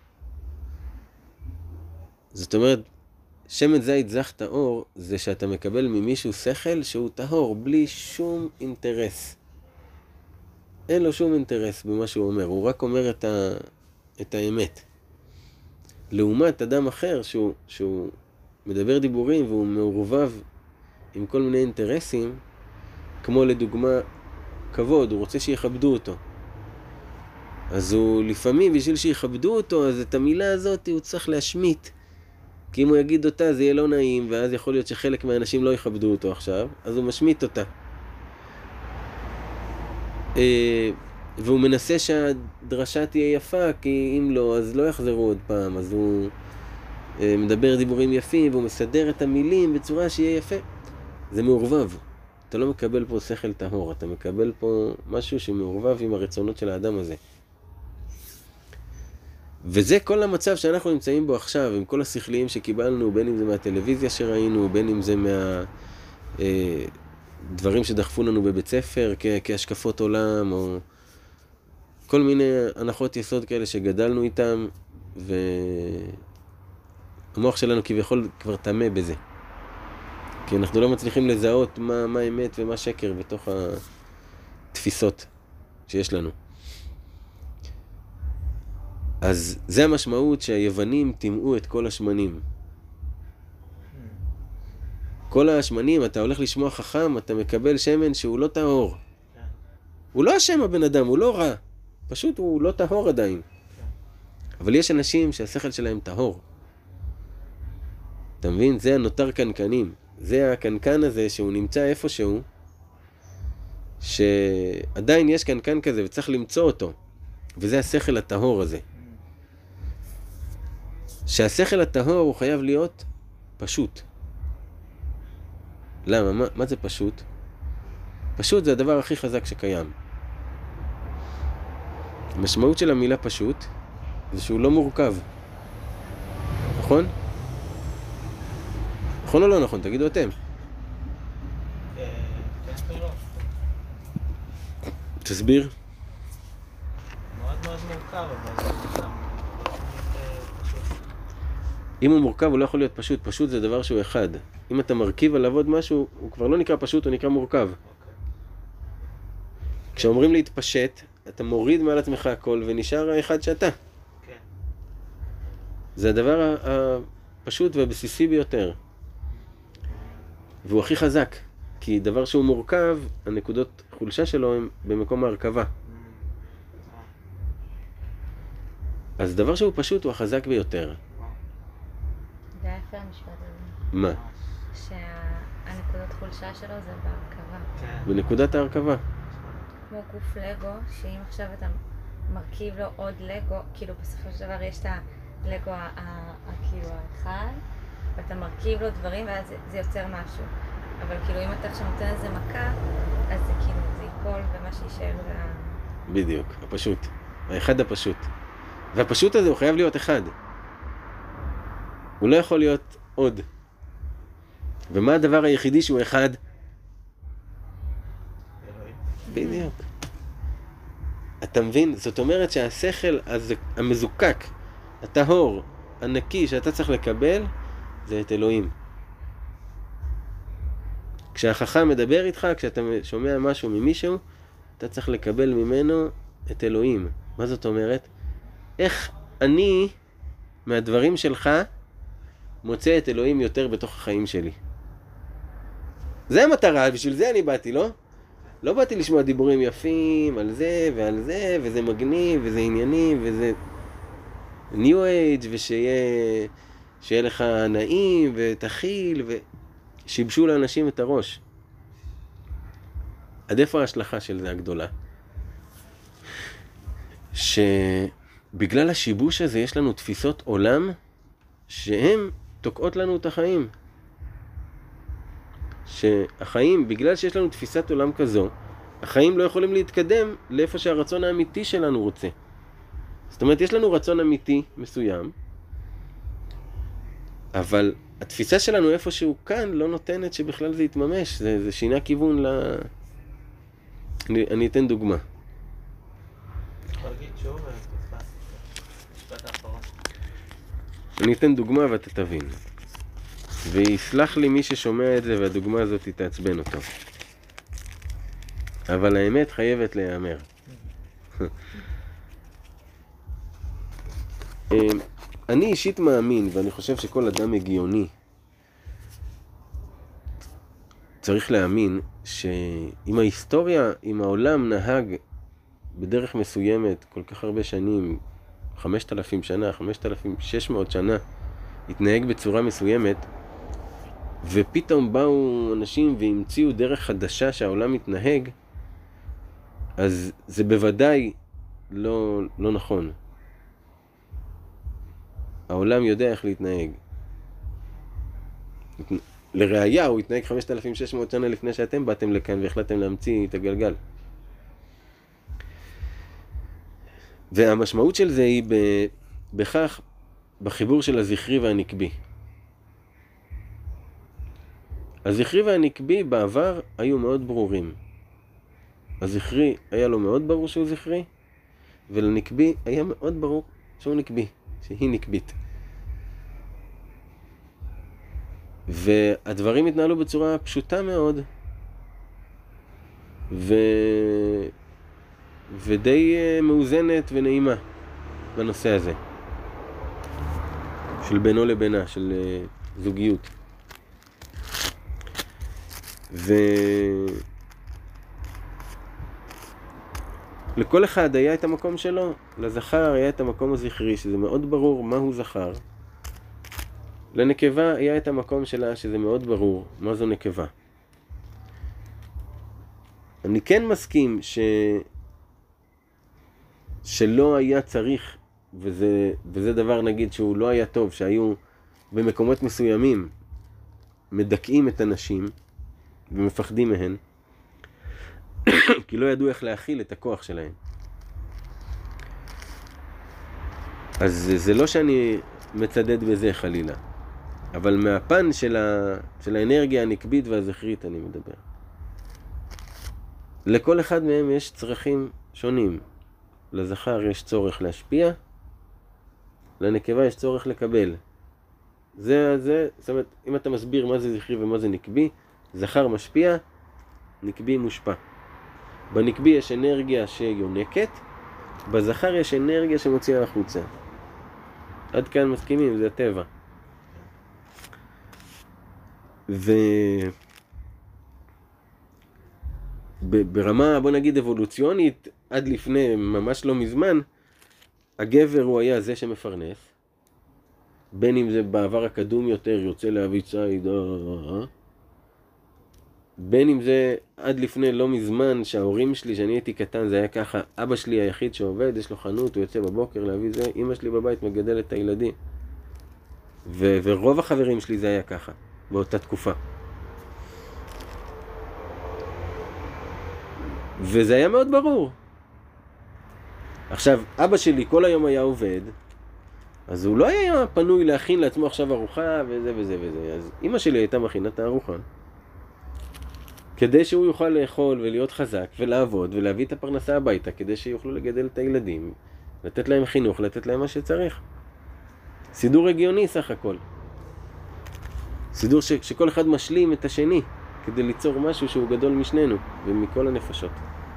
זאת אומרת, שמן זית זך טהור זה שאתה מקבל ממישהו שכל שהוא טהור בלי שום אינטרס. אין לו שום אינטרס במה שהוא אומר, הוא רק אומר את, ה... את האמת. לעומת אדם אחר שהוא, שהוא מדבר דיבורים והוא מעורבב עם כל מיני אינטרסים, כמו לדוגמה כבוד, הוא רוצה שיכבדו אותו. אז הוא לפעמים בשביל שיכבדו אותו, אז את המילה הזאת הוא צריך להשמיט. כי אם הוא יגיד אותה זה יהיה לא נעים, ואז יכול להיות שחלק מהאנשים לא יכבדו אותו עכשיו, אז הוא משמיט אותה. והוא מנסה שהדרשה תהיה יפה, כי אם לא, אז לא יחזרו עוד פעם. אז הוא מדבר דיבורים יפים, והוא מסדר את המילים בצורה שיהיה יפה. זה מעורבב. אתה לא מקבל פה שכל טהור, אתה מקבל פה משהו שמעורבב עם הרצונות של האדם הזה. וזה כל המצב שאנחנו נמצאים בו עכשיו, עם כל השכליים שקיבלנו, בין אם זה מהטלוויזיה שראינו, בין אם זה מה... אה, דברים שדחפו לנו בבית ספר, כ- כהשקפות עולם, או כל מיני הנחות יסוד כאלה שגדלנו איתם, והמוח שלנו כביכול כבר תמה בזה. כי אנחנו לא מצליחים לזהות מה, מה אמת ומה שקר בתוך התפיסות שיש לנו. אז זה המשמעות שהיוונים טימאו את כל השמנים. כל השמנים, אתה הולך לשמוע חכם, אתה מקבל שמן שהוא לא טהור. הוא לא אשם הבן אדם, הוא לא רע. פשוט הוא לא טהור עדיין. אבל יש אנשים שהשכל שלהם טהור. אתה מבין? זה הנותר קנקנים. זה הקנקן הזה שהוא נמצא איפשהו, שעדיין יש קנקן כזה וצריך למצוא אותו. וזה השכל הטהור הזה. שהשכל הטהור הוא חייב להיות פשוט. למה? מה, מה זה פשוט? פשוט זה הדבר הכי חזק שקיים. המשמעות של המילה פשוט זה שהוא לא מורכב. נכון? נכון או לא נכון? תגידו אתם. תסביר. מאוד מאוד מורכב, אבל זה גם פשוט. אם הוא מורכב הוא לא יכול להיות פשוט. פשוט זה דבר שהוא אחד. אם אתה מרכיב עליו עוד משהו, הוא כבר לא נקרא פשוט, הוא נקרא מורכב. כשאומרים להתפשט, אתה מוריד מעל עצמך הכל ונשאר האחד שאתה. כן. זה הדבר הפשוט והבסיסי ביותר. והוא הכי חזק. כי דבר שהוא מורכב, הנקודות חולשה שלו הם במקום ההרכבה. אז דבר שהוא פשוט הוא החזק ביותר. זה היה יפה המשפט הזה. מה? שהנקודות חולשה שלו זה בהרכבה. כן. בנקודת ההרכבה. כמו גוף לגו, שאם עכשיו אתה מרכיב לו עוד לגו, כאילו בסופו של דבר יש את הלגו ה- ה- ה- כאילו האחד, ואתה מרכיב לו דברים ואז זה, זה יוצר משהו. אבל כאילו אם אתה עכשיו נותן איזה מכה, אז זה כאילו זה ייפול ומה שישאר בדיוק, הפשוט. האחד הפשוט. והפשוט הזה הוא חייב להיות אחד. הוא לא יכול להיות עוד. ומה הדבר היחידי שהוא אחד? אלוהים. בדיוק. אתה מבין? זאת אומרת שהשכל הזה, המזוקק, הטהור, הנקי שאתה צריך לקבל, זה את אלוהים. כשהחכם מדבר איתך, כשאתה שומע משהו ממישהו, אתה צריך לקבל ממנו את אלוהים. מה זאת אומרת? איך אני, מהדברים שלך, מוצא את אלוהים יותר בתוך החיים שלי. זה המטרה, בשביל זה אני באתי, לא? לא באתי לשמוע דיבורים יפים על זה ועל זה, וזה מגניב, וזה עניינים, וזה ניו אייג' ושיהיה שיהיה לך נעים ותכיל, ושיבשו לאנשים את הראש. עד איפה ההשלכה של זה הגדולה? שבגלל השיבוש הזה יש לנו תפיסות עולם שהן תוקעות לנו את החיים. שהחיים, בגלל שיש לנו תפיסת עולם כזו, החיים לא יכולים להתקדם לאיפה שהרצון האמיתי שלנו רוצה. זאת אומרת, יש לנו רצון אמיתי מסוים, אבל התפיסה שלנו איפשהו כאן לא נותנת שבכלל זה יתממש. זה, זה שינה כיוון ל... אני, אני אתן דוגמה. יכול להגיד שוב ופספסתי. משפט האחרון. אני אתן דוגמה ואתה תבין. ויסלח לי מי ששומע את זה והדוגמה הזאת תעצבן אותו. אבל האמת חייבת להיאמר. אני אישית מאמין, ואני חושב שכל אדם הגיוני צריך להאמין שאם ההיסטוריה, אם העולם נהג בדרך מסוימת כל כך הרבה שנים, חמשת אלפים שנה, חמשת אלפים ושש מאות שנה, התנהג בצורה מסוימת, ופתאום באו אנשים והמציאו דרך חדשה שהעולם מתנהג, אז זה בוודאי לא, לא נכון. העולם יודע איך להתנהג. לראיה, הוא התנהג חמשת אלפים ושש מאות שנה לפני שאתם באתם לכאן והחלטתם להמציא את הגלגל. והמשמעות של זה היא בכך, בחיבור של הזכרי והנקבי. הזכרי והנקבי בעבר היו מאוד ברורים. הזכרי היה לו מאוד ברור שהוא זכרי, ולנקבי היה מאוד ברור שהוא נקבי, שהיא נקבית. והדברים התנהלו בצורה פשוטה מאוד, ו... ודי מאוזנת ונעימה בנושא הזה. של בינו לבינה, של זוגיות. ו... לכל אחד היה את המקום שלו. לזכר היה את המקום הזכרי, שזה מאוד ברור מה הוא זכר. לנקבה היה את המקום שלה, שזה מאוד ברור מה זו נקבה. אני כן מסכים ש... שלא היה צריך, וזה, וזה דבר נגיד שהוא לא היה טוב, שהיו במקומות מסוימים מדכאים את הנשים ומפחדים מהן, כי לא ידעו איך להכיל את הכוח שלהם. אז זה לא שאני מצדד בזה חלילה, אבל מהפן של, ה, של האנרגיה הנקבית והזכרית אני מדבר. לכל אחד מהם יש צרכים שונים. לזכר יש צורך להשפיע, לנקבה יש צורך לקבל. זה, זה, זאת אומרת, אם אתה מסביר מה זה זכרי ומה זה נקבי, זכר משפיע, נקבי מושפע. בנקבי יש אנרגיה שיונקת, בזכר יש אנרגיה שמוציאה החוצה. עד כאן מסכימים, זה הטבע. ו... ברמה, בוא נגיד, אבולוציונית, עד לפני ממש לא מזמן, הגבר הוא היה זה שמפרנס, בין אם זה בעבר הקדום יותר, יוצא להביא ציד, בין אם זה עד לפני לא מזמן, שההורים שלי, שאני הייתי קטן, זה היה ככה, אבא שלי היחיד שעובד, יש לו חנות, הוא יוצא בבוקר להביא זה, אמא שלי בבית מגדלת את הילדים. ו- ורוב החברים שלי זה היה ככה, באותה תקופה. וזה היה מאוד ברור. עכשיו, אבא שלי כל היום היה עובד, אז הוא לא היה פנוי להכין לעצמו עכשיו ארוחה וזה וזה וזה. אז אמא שלי הייתה מכינה את הארוחה, כדי שהוא יוכל לאכול ולהיות חזק ולעבוד ולהביא את הפרנסה הביתה, כדי שיוכלו לגדל את הילדים, לתת להם חינוך, לתת להם מה שצריך. סידור הגיוני סך הכל. סידור ש- שכל אחד משלים את השני, כדי ליצור משהו שהוא גדול משנינו ומכל הנפשות.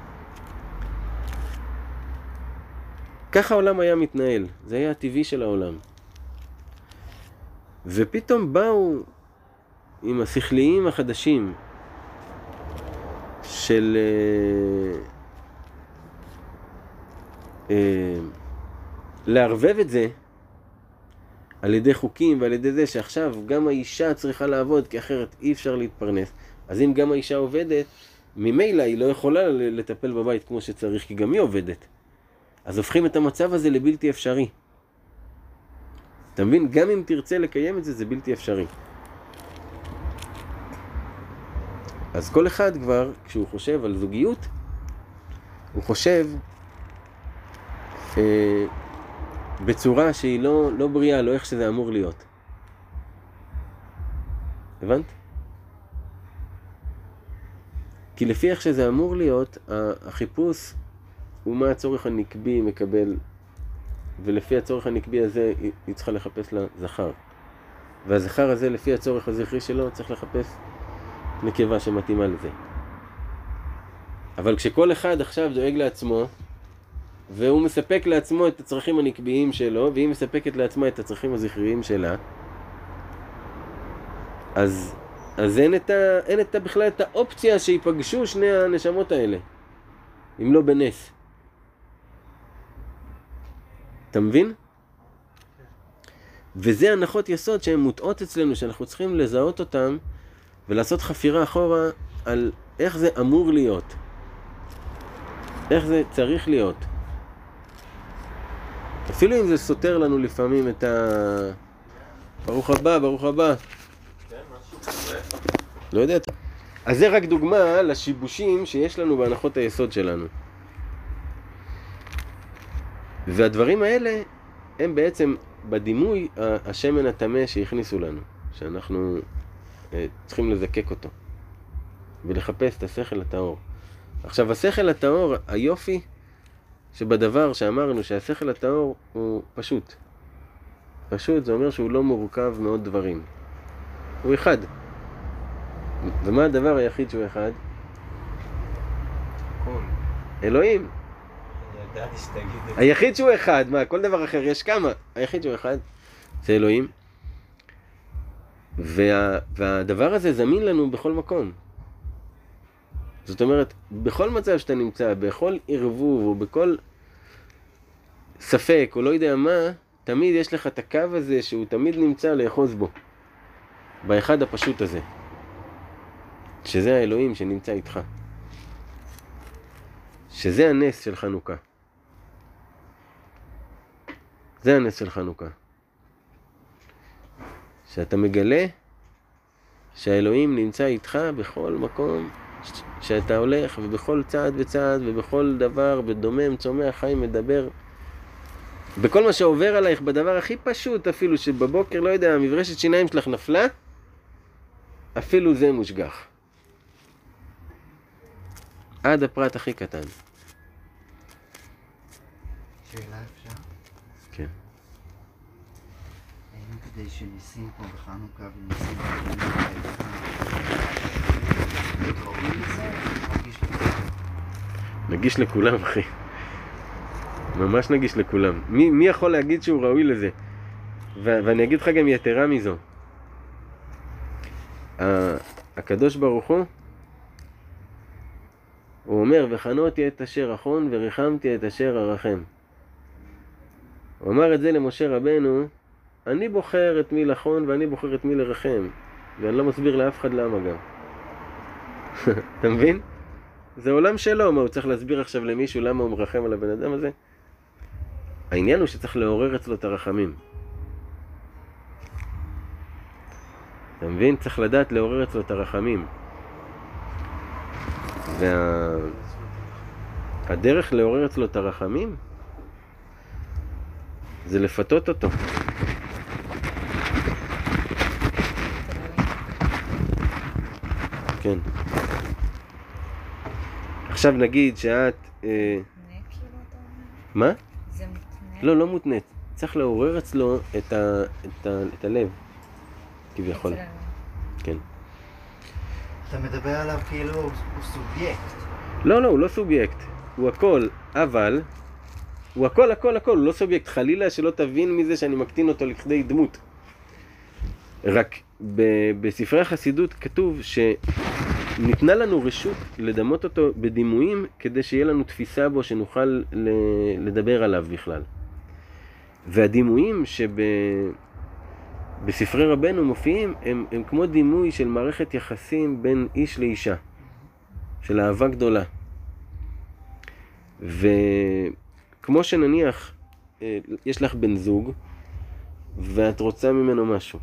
ככה העולם היה מתנהל, זה היה הטבעי של העולם. ופתאום באו עם השכליים החדשים של אה, אה, לערבב את זה על ידי חוקים ועל ידי זה שעכשיו גם האישה צריכה לעבוד, כי אחרת אי אפשר להתפרנס. אז אם גם האישה עובדת, ממילא היא לא יכולה לטפל בבית כמו שצריך, כי גם היא עובדת. אז הופכים את המצב הזה לבלתי אפשרי. אתה מבין? גם אם תרצה לקיים את זה, זה בלתי אפשרי. אז כל אחד כבר, כשהוא חושב על זוגיות, הוא חושב אה, בצורה שהיא לא, לא בריאה, לא איך שזה אמור להיות. הבנת? כי לפי איך שזה אמור להיות, החיפוש הוא מה הצורך הנקבי מקבל, ולפי הצורך הנקבי הזה היא צריכה לחפש לה זכר. והזכר הזה, לפי הצורך הזכרי שלו, צריך לחפש נקבה שמתאימה לזה. אבל כשכל אחד עכשיו דואג לעצמו, והוא מספק לעצמו את הצרכים הנקביים שלו, והיא מספקת לעצמה את הצרכים הזכריים שלה, אז, אז אין, את ה, אין את ה, בכלל את האופציה שיפגשו שני הנשמות האלה, אם לא בנס. אתה מבין? וזה הנחות יסוד שהן מוטעות אצלנו, שאנחנו צריכים לזהות אותן ולעשות חפירה אחורה על איך זה אמור להיות, איך זה צריך להיות. אפילו אם זה סותר לנו לפעמים את ה... ברוך הבא, ברוך הבא. כן, משהו כזה. לא יודע. אז זה רק דוגמה לשיבושים שיש לנו בהנחות היסוד שלנו. והדברים האלה הם בעצם בדימוי השמן הטמא שהכניסו לנו, שאנחנו אה, צריכים לזקק אותו ולחפש את השכל הטהור. עכשיו, השכל הטהור, היופי שבדבר שאמרנו שהשכל הטהור הוא פשוט. פשוט זה אומר שהוא לא מורכב מאוד דברים. הוא אחד. ומה הדבר היחיד שהוא אחד? הכל. אלוהים. ידעתי שתגיד את זה. היחיד שהוא אחד, מה, כל דבר אחר יש כמה. היחיד שהוא אחד זה אלוהים. וה, והדבר הזה זמין לנו בכל מקום. זאת אומרת, בכל מצב שאתה נמצא, בכל ערבוב או בכל ספק או לא יודע מה, תמיד יש לך את הקו הזה שהוא תמיד נמצא לאחוז בו. באחד הפשוט הזה. שזה האלוהים שנמצא איתך. שזה הנס של חנוכה. זה הנס של חנוכה. שאתה מגלה שהאלוהים נמצא איתך בכל מקום שאתה הולך, ובכל צעד וצעד, ובכל דבר, בדומם, צומח, חי, מדבר. בכל מה שעובר עלייך, בדבר הכי פשוט, אפילו שבבוקר, לא יודע, המברשת שיניים שלך נפלה, אפילו זה מושגח. עד הפרט הכי קטן. שאלה אפשר? כן. האם כדי שניסים פה בחנוכה וניסים בחנוכה ראוי לזה? מרגיש לכולם? נגיש לכולם, אחי. ממש נגיש לכולם. מי, מי יכול להגיד שהוא ראוי לזה? ו- ואני אגיד לך גם יתרה מזו. הקדוש ברוך הוא, הוא אומר, וחנותי את אשר אחון וריחמתי את אשר ארחם. הוא אמר את זה למשה רבנו, אני בוחר את מי לחון ואני בוחר את מי לרחם. ואני לא מסביר לאף אחד למה גם. אתה מבין? זה עולם שלו, מה הוא צריך להסביר עכשיו למישהו למה הוא מרחם על הבן אדם הזה? העניין הוא שצריך לעורר אצלו את הרחמים. אתה מבין? צריך לדעת לעורר אצלו את הרחמים. והדרך וה... לעורר אצלו את הרחמים זה לפתות אותו. כן. עכשיו נגיד שאת... אה, מותנה כאילו אתה אומר? מה? זה מותנה? לא, לא מותנית. צריך לעורר אצלו את, ה, את, ה, את הלב, כביכול. אצל ה- כן. אתה מדבר עליו כאילו הוא הוא סובייקט. לא, לא, הוא לא סובייקט. הוא הכל, אבל... הוא הכל, הכל, הכל. הוא לא סובייקט. חלילה שלא תבין מזה שאני מקטין אותו לכדי דמות. רק ב- בספרי החסידות כתוב שניתנה לנו רשות לדמות אותו בדימויים כדי שיהיה לנו תפיסה בו שנוכל ל- לדבר עליו בכלל. והדימויים שבספרי רבנו מופיעים הם, הם כמו דימוי של מערכת יחסים בין איש לאישה, של אהבה גדולה. וכמו שנניח יש לך בן זוג ואת רוצה ממנו משהו,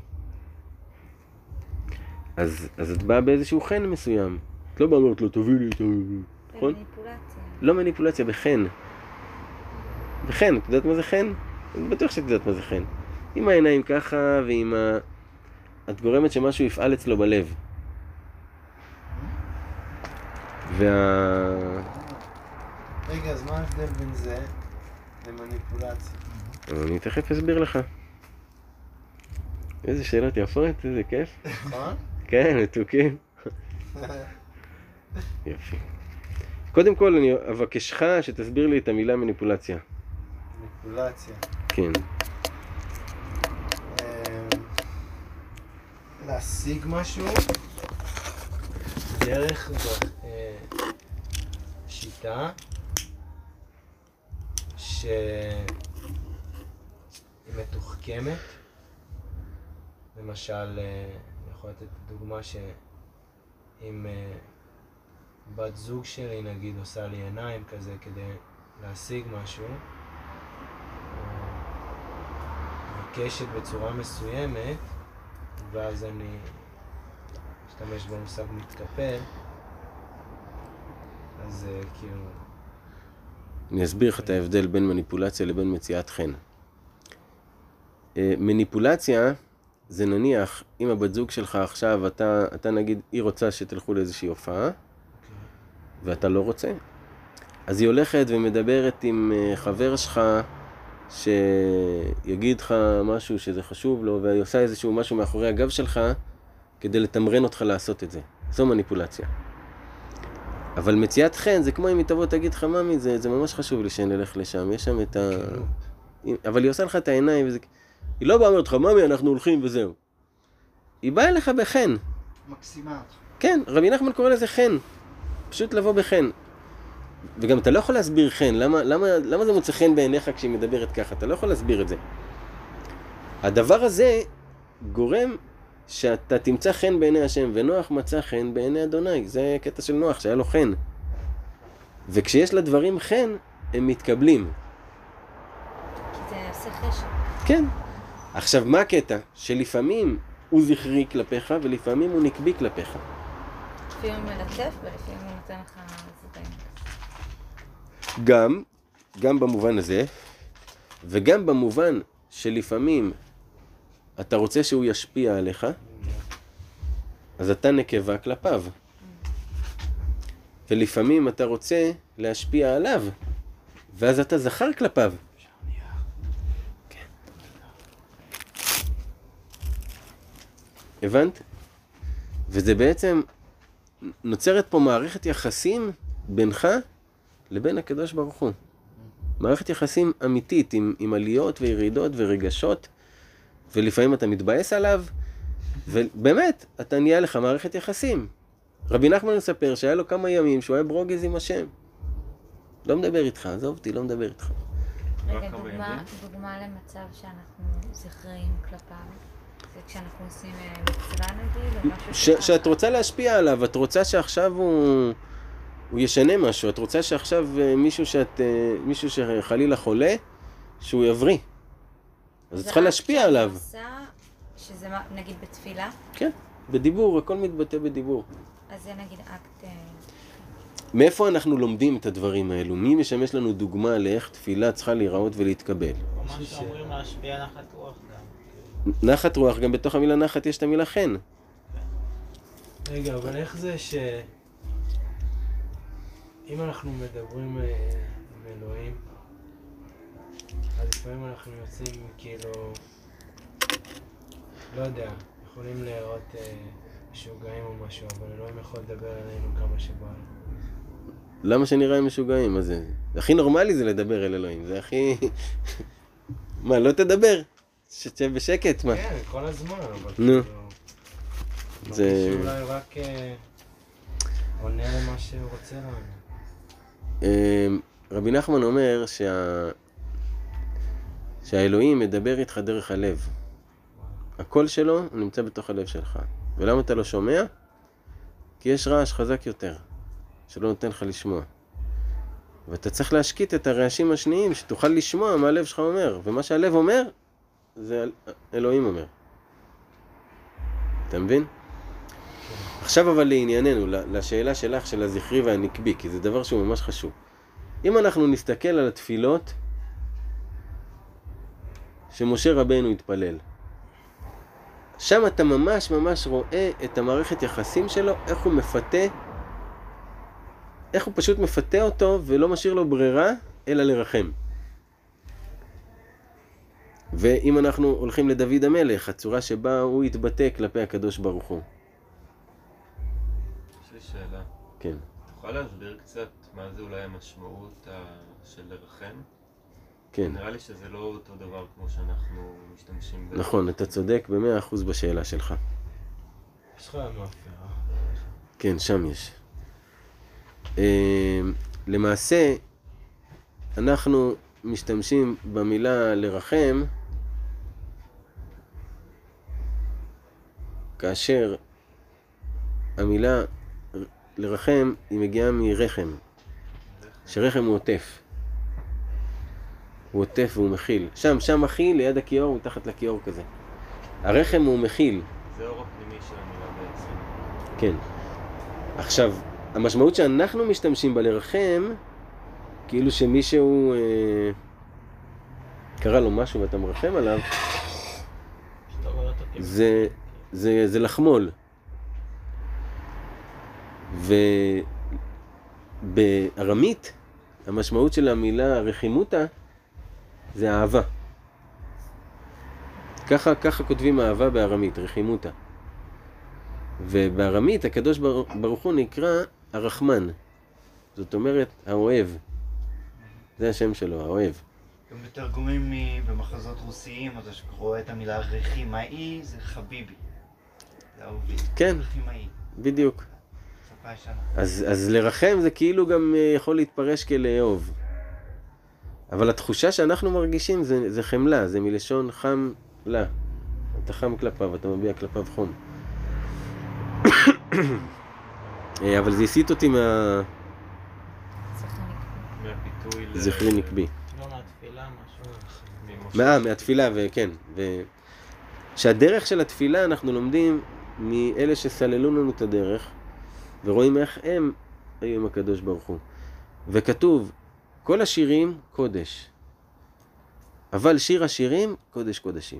אז, אז את באה באיזשהו חן מסוים. את לא באה אומרת לו, תביא לי את ה... נכון? מניפולציה. לא מניפולציה, בחן. בחן, את יודעת מה זה חן? אני בטוח שאת יודעת מה זה חן. עם העיניים ככה, ועם ה... את גורמת שמשהו יפעל אצלו בלב. וה... רגע, אז מה ההבדל בין זה למניפולציה? אני תכף אסביר לך. איזה שאלות יפות, איזה כיף. נכון? כן, מתוקים. יופי. קודם כל אני אבקשך שתסביר לי את המילה מניפולציה. מניפולציה. כן. אמ, להשיג משהו דרך אה, שיטה שהיא מתוחכמת. למשל, אה, אני יכול לתת דוגמה שאם אה, בת זוג שלי נגיד עושה לי עיניים כזה כדי להשיג משהו, מבקשת בצורה מסוימת, ואז אני משתמש במושג מתקפל, אז אה, כאילו... אני אסביר לך את ההבדל בין מניפולציה לבין מציאת חן. אה, מניפולציה זה נניח, אם הבת זוג שלך עכשיו, אתה, אתה נגיד, היא רוצה שתלכו לאיזושהי הופעה, ואתה לא רוצה, אז היא הולכת ומדברת עם אה, חבר שלך, שיגיד לך משהו שזה חשוב לו, והיא עושה איזשהו משהו מאחורי הגב שלך, כדי לתמרן אותך לעשות את זה. זו מניפולציה. אבל מציאת חן זה כמו אם היא תבוא תגיד לך, ממי, זה, זה ממש חשוב לי שנלך לשם, יש שם את ה... אבל היא עושה לך את העיניים וזה... היא לא באה אומרת לך, ממי, אנחנו הולכים וזהו. היא באה אליך בחן. מקסימה אותך. כן, רבי נחמן קורא לזה חן. פשוט לבוא בחן. וגם אתה לא יכול להסביר חן, למה, למה, למה זה מוצא חן בעיניך כשהיא מדברת ככה? אתה לא יכול להסביר את זה. הדבר הזה גורם שאתה תמצא חן בעיני השם, ונוח מצא חן בעיני אדוני. זה קטע של נוח, שהיה לו חן. וכשיש לדברים חן, הם מתקבלים. כי זה עושה חשק. כן. עכשיו, מה הקטע? שלפעמים הוא זכרי כלפיך, ולפעמים הוא נקבי כלפיך. לפעמים הוא מלטף, ולפעמים הוא נותן לך זבן. גם, גם במובן הזה, וגם במובן שלפעמים אתה רוצה שהוא ישפיע עליך, אז אתה נקבה כלפיו. ולפעמים אתה רוצה להשפיע עליו, ואז אתה זכר כלפיו. כן. הבנת? וזה בעצם, נוצרת פה מערכת יחסים בינך לבין הקדוש ברוך הוא. מערכת יחסים אמיתית, עם, עם עליות וירידות ורגשות, ולפעמים אתה מתבאס עליו, ובאמת, אתה נהיה לך מערכת יחסים. רבי נחמן מספר שהיה לו כמה ימים שהוא היה ברוגז עם השם. לא מדבר איתך, עזוב אותי, לא מדבר איתך. רגע, דוגמה, דוגמה למצב שאנחנו זכריים כלפיו. זה כשאנחנו עושים מצווה נגיד, או משהו ש, שאת רוצה להשפיע עליו, את רוצה שעכשיו הוא, הוא ישנה משהו, את רוצה שעכשיו מישהו, שאת, מישהו שחלילה חולה, שהוא יבריא. אז את צריכה להשפיע עליו. זה עושה, שזה נגיד בתפילה? כן, בדיבור, הכל מתבטא בדיבור. אז זה נגיד אקט... מאיפה אנחנו לומדים את הדברים האלו? מי משמש לנו דוגמה לאיך תפילה צריכה להיראות ולהתקבל? או מה שאומרים להשפיע נחת רוח גם. נחת רוח, גם בתוך המילה נחת יש את המילה חן. רגע, אבל איך זה ש... אם אנחנו מדברים אה, עם אלוהים, אז לפעמים אנחנו יוצאים כאילו... לא יודע, יכולים להראות אה, משוגעים או משהו, אבל אלוהים יכול לדבר עלינו כמה שבא. למה שנראה הם משוגעים? מה זה? הכי נורמלי זה לדבר אל אלוהים, זה הכי... מה, לא תדבר? שתשב בשקט, מה? כן, כל הזמן, אבל נו. כאילו... זה... מרגיש שאולי רק אה, עונה למה שהוא רוצה לנו. אה, רבי נחמן אומר שה... שהאלוהים מדבר איתך דרך הלב. הקול שלו הוא נמצא בתוך הלב שלך. ולמה אתה לא שומע? כי יש רעש חזק יותר, שלא נותן לך לשמוע. ואתה צריך להשקיט את הרעשים השניים, שתוכל לשמוע מה הלב שלך אומר. ומה שהלב אומר, זה אלוהים אומר. אתה מבין? עכשיו אבל לענייננו, לשאלה שלך של הזכרי והנקבי, כי זה דבר שהוא ממש חשוב. אם אנחנו נסתכל על התפילות שמשה רבנו התפלל, שם אתה ממש ממש רואה את המערכת יחסים שלו, איך הוא מפתה, איך הוא פשוט מפתה אותו ולא משאיר לו ברירה, אלא לרחם. ואם אנחנו הולכים לדוד המלך, הצורה שבה הוא התבטא כלפי הקדוש ברוך הוא. יש לי שאלה. כן. תוכל להסביר קצת מה זה אולי המשמעות של לרחם? כן. נראה לי שזה לא אותו דבר כמו שאנחנו משתמשים בזה. נכון, אתה צודק במאה אחוז בשאלה שלך. יש לך מאפרה. כן, שם יש. אה, למעשה, אנחנו משתמשים במילה לרחם, כאשר המילה לרחם היא מגיעה מרחם, שרחם הוא עוטף. הוא עוטף והוא מכיל. שם, שם מכיל, ליד הכיור, הוא תחת לכיור כזה. הרחם הוא מכיל. זה אור הפנימי של המילה בעצם. כן. עכשיו, המשמעות שאנחנו משתמשים בה לרחם, כאילו שמישהו אה, קרא לו משהו ואתה מרחם עליו, שאתה רואה אותו כאילו. זה, זה, זה לחמול. ובארמית, המשמעות של המילה רחימותה, זה אהבה. ככה, ככה כותבים אהבה בארמית, רחימותה. ובארמית הקדוש ברוך הוא נקרא הרחמן. זאת אומרת, האוהב. זה השם שלו, האוהב. גם בתרגומים במחזות רוסיים, אתה רואה את המילה רחימאי, זה חביבי. זה אהובי. כן. רחימאי. בדיוק. שפה ישנה. אז, אז לרחם זה כאילו גם יכול להתפרש כלאהוב. אבל התחושה שאנחנו מרגישים זה, זה חמלה, זה מלשון חם לה. אתה חם כלפיו, אתה מביע כלפיו חום. אבל זה הסיט אותי מה... מהביטוי ל... זכרי נקבי. לא מהתפילה, משהו. ממשה. מה, מהתפילה, וכן. ו... שהדרך של התפילה אנחנו לומדים מאלה שסללו לנו את הדרך, ורואים איך הם היו עם הקדוש ברוך הוא. וכתוב, כל השירים קודש, אבל שיר השירים קודש קודשים.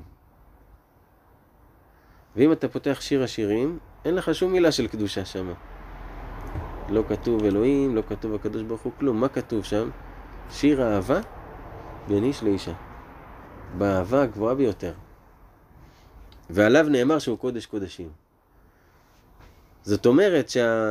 ואם אתה פותח שיר השירים, אין לך שום מילה של קדושה שם. לא כתוב אלוהים, לא כתוב הקדוש ברוך הוא, כלום. מה כתוב שם? שיר האהבה בין איש לאישה. באהבה הגבוהה ביותר. ועליו נאמר שהוא קודש קודשים. זאת אומרת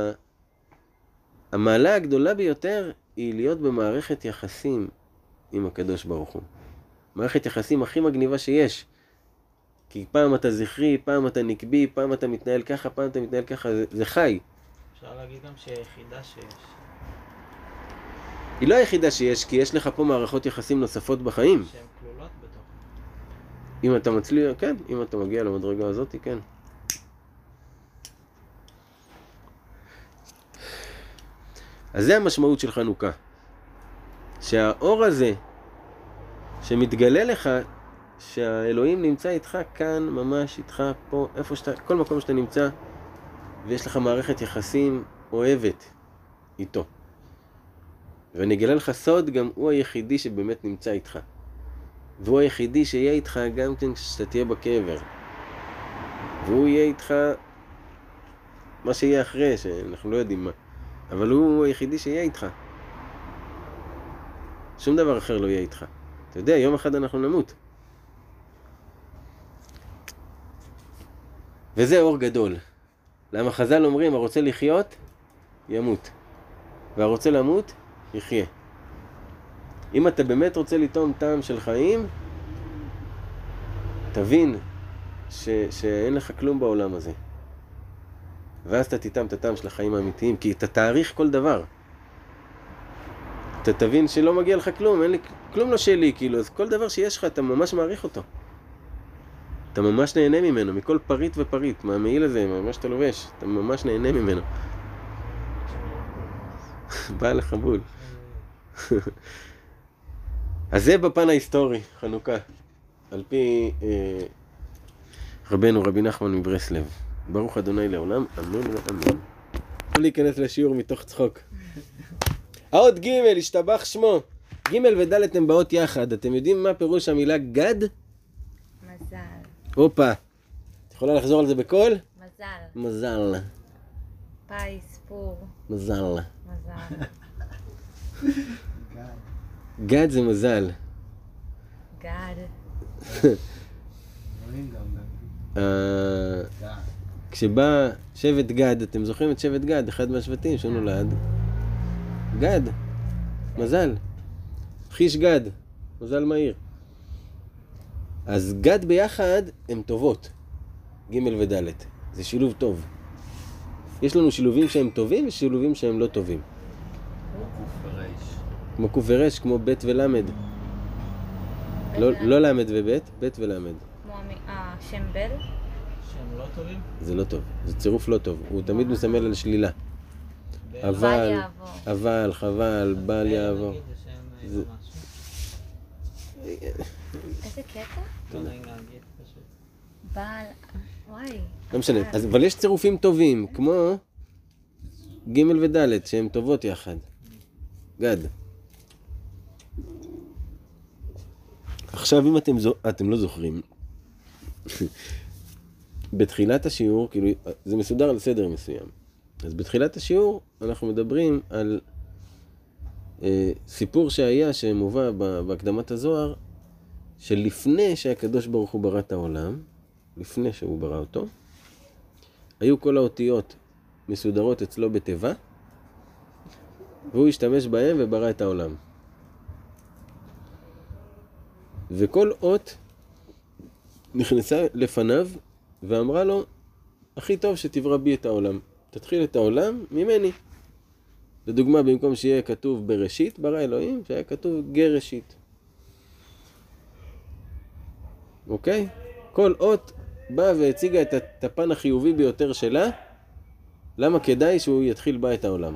שהמעלה הגדולה ביותר היא להיות במערכת יחסים עם הקדוש ברוך הוא. מערכת יחסים הכי מגניבה שיש. כי פעם אתה זכרי, פעם אתה נקבי, פעם אתה מתנהל ככה, פעם אתה מתנהל ככה, זה, זה חי. אפשר להגיד גם שהיחידה שיש. היא לא היחידה שיש, כי יש לך פה מערכות יחסים נוספות בחיים. שהן כלולות בתוך. אם אתה מצליח, כן, אם אתה מגיע למדרגה הזאת, כן. אז זה המשמעות של חנוכה. שהאור הזה שמתגלה לך, שהאלוהים נמצא איתך כאן, ממש איתך פה, איפה שאתה, כל מקום שאתה נמצא, ויש לך מערכת יחסים אוהבת איתו. ואני אגלה לך סוד, גם הוא היחידי שבאמת נמצא איתך. והוא היחידי שיהיה איתך גם כן כשאתה תהיה בקבר. והוא יהיה איתך מה שיהיה אחרי, שאנחנו לא יודעים מה. אבל הוא היחידי שיהיה איתך. שום דבר אחר לא יהיה איתך. אתה יודע, יום אחד אנחנו נמות. וזה אור גדול. למה חז"ל אומרים, הרוצה לחיות, ימות. והרוצה למות, יחיה. אם אתה באמת רוצה לטעום טעם של חיים, תבין ש- שאין לך כלום בעולם הזה. ואז אתה תטעם את הטעם של החיים האמיתיים, כי אתה תאריך כל דבר. אתה תבין שלא מגיע לך כלום, אין לי, כלום לא שלי, כאילו, אז כל דבר שיש לך, אתה ממש מעריך אותו. אתה ממש נהנה ממנו, מכל פריט ופריט, מהמעיל הזה, מה שאתה לובש, אתה ממש נהנה ממנו. בא לך בול. אז זה בפן ההיסטורי, חנוכה, על פי אה, רבנו רבי נחמן מברסלב. ברוך אדוני לעולם, אמן ואמן. לא להיכנס לשיעור מתוך צחוק. האות ג' השתבח שמו. ג' וד' הם באות יחד. אתם יודעים מה פירוש המילה גד? מזל. הופה. את יכולה לחזור על זה בקול? מזל. מזל. פיס, פור. מזל. מזל. גד זה מזל. גד. רואים גם אה, גד. כשבא שבט גד, אתם זוכרים את שבט גד, אחד מהשבטים שנולד? גד. מזל. חיש גד. מזל מהיר. אז גד ביחד הם טובות. ג' וד'. זה שילוב טוב. יש לנו שילובים שהם טובים ושילובים שהם לא טובים. קוף ורש. כמו קוף ורש, כמו ב' ולמד. לא, לא למד וב', ב' ולמד. כמו המ- השם בל. שהם לא טובים? זה לא טוב. זה צירוף לא טוב. הוא תמיד מסמל על שלילה. בל- אבל, בל יעבור. אבל, חבל, בל בל, יעבור. נגיד, זה שם, אה, זה- משהו. איזה קטע? לא נעים להגיד פשוט. בעל... וואי. לא משנה. אז, אבל יש צירופים טובים, כמו ג' וד' שהם טובות יחד. גד. עכשיו אם אתם, זו, אתם לא זוכרים, בתחילת השיעור, כאילו, זה מסודר על סדר מסוים. אז בתחילת השיעור אנחנו מדברים על אה, סיפור שהיה, שמובא ב- בהקדמת הזוהר, שלפני שהקדוש ברוך הוא ברא את העולם, לפני שהוא ברא אותו, היו כל האותיות מסודרות אצלו בטבע, והוא השתמש בהם וברא את העולם. וכל אות נכנסה לפניו ואמרה לו, הכי טוב שתברא בי את העולם. תתחיל את העולם ממני. לדוגמה, במקום שיהיה כתוב בראשית, ברא אלוהים, שהיה כתוב גראשית. אוקיי? כל אות באה והציגה את את הפן החיובי ביותר שלה, למה כדאי שהוא יתחיל בה את העולם.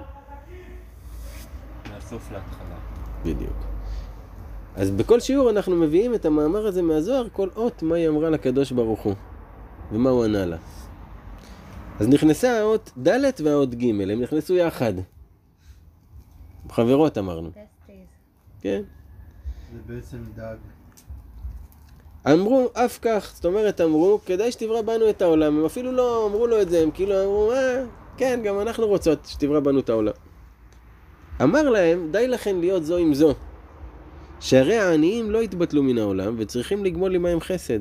מהסוף להתחלה. בדיוק. אז בכל שיעור אנחנו מביאים את המאמר הזה מהזוהר, כל אות מה היא אמרה לקדוש ברוך הוא, ומה הוא ענה לה. אז נכנסה האות ד' והאות ג', הם נכנסו יחד. חברות אמרנו. טסטיז. כן. זה בעצם דג. אמרו אף כך, זאת אומרת אמרו, כדאי שתברא בנו את העולם. הם אפילו לא אמרו לו את זה, הם כאילו אמרו, אה, כן, גם אנחנו רוצות שתברא בנו את העולם. אמר להם, די לכן להיות זו עם זו. שהרי העניים לא התבטלו מן העולם וצריכים לגמול עמהם חסד.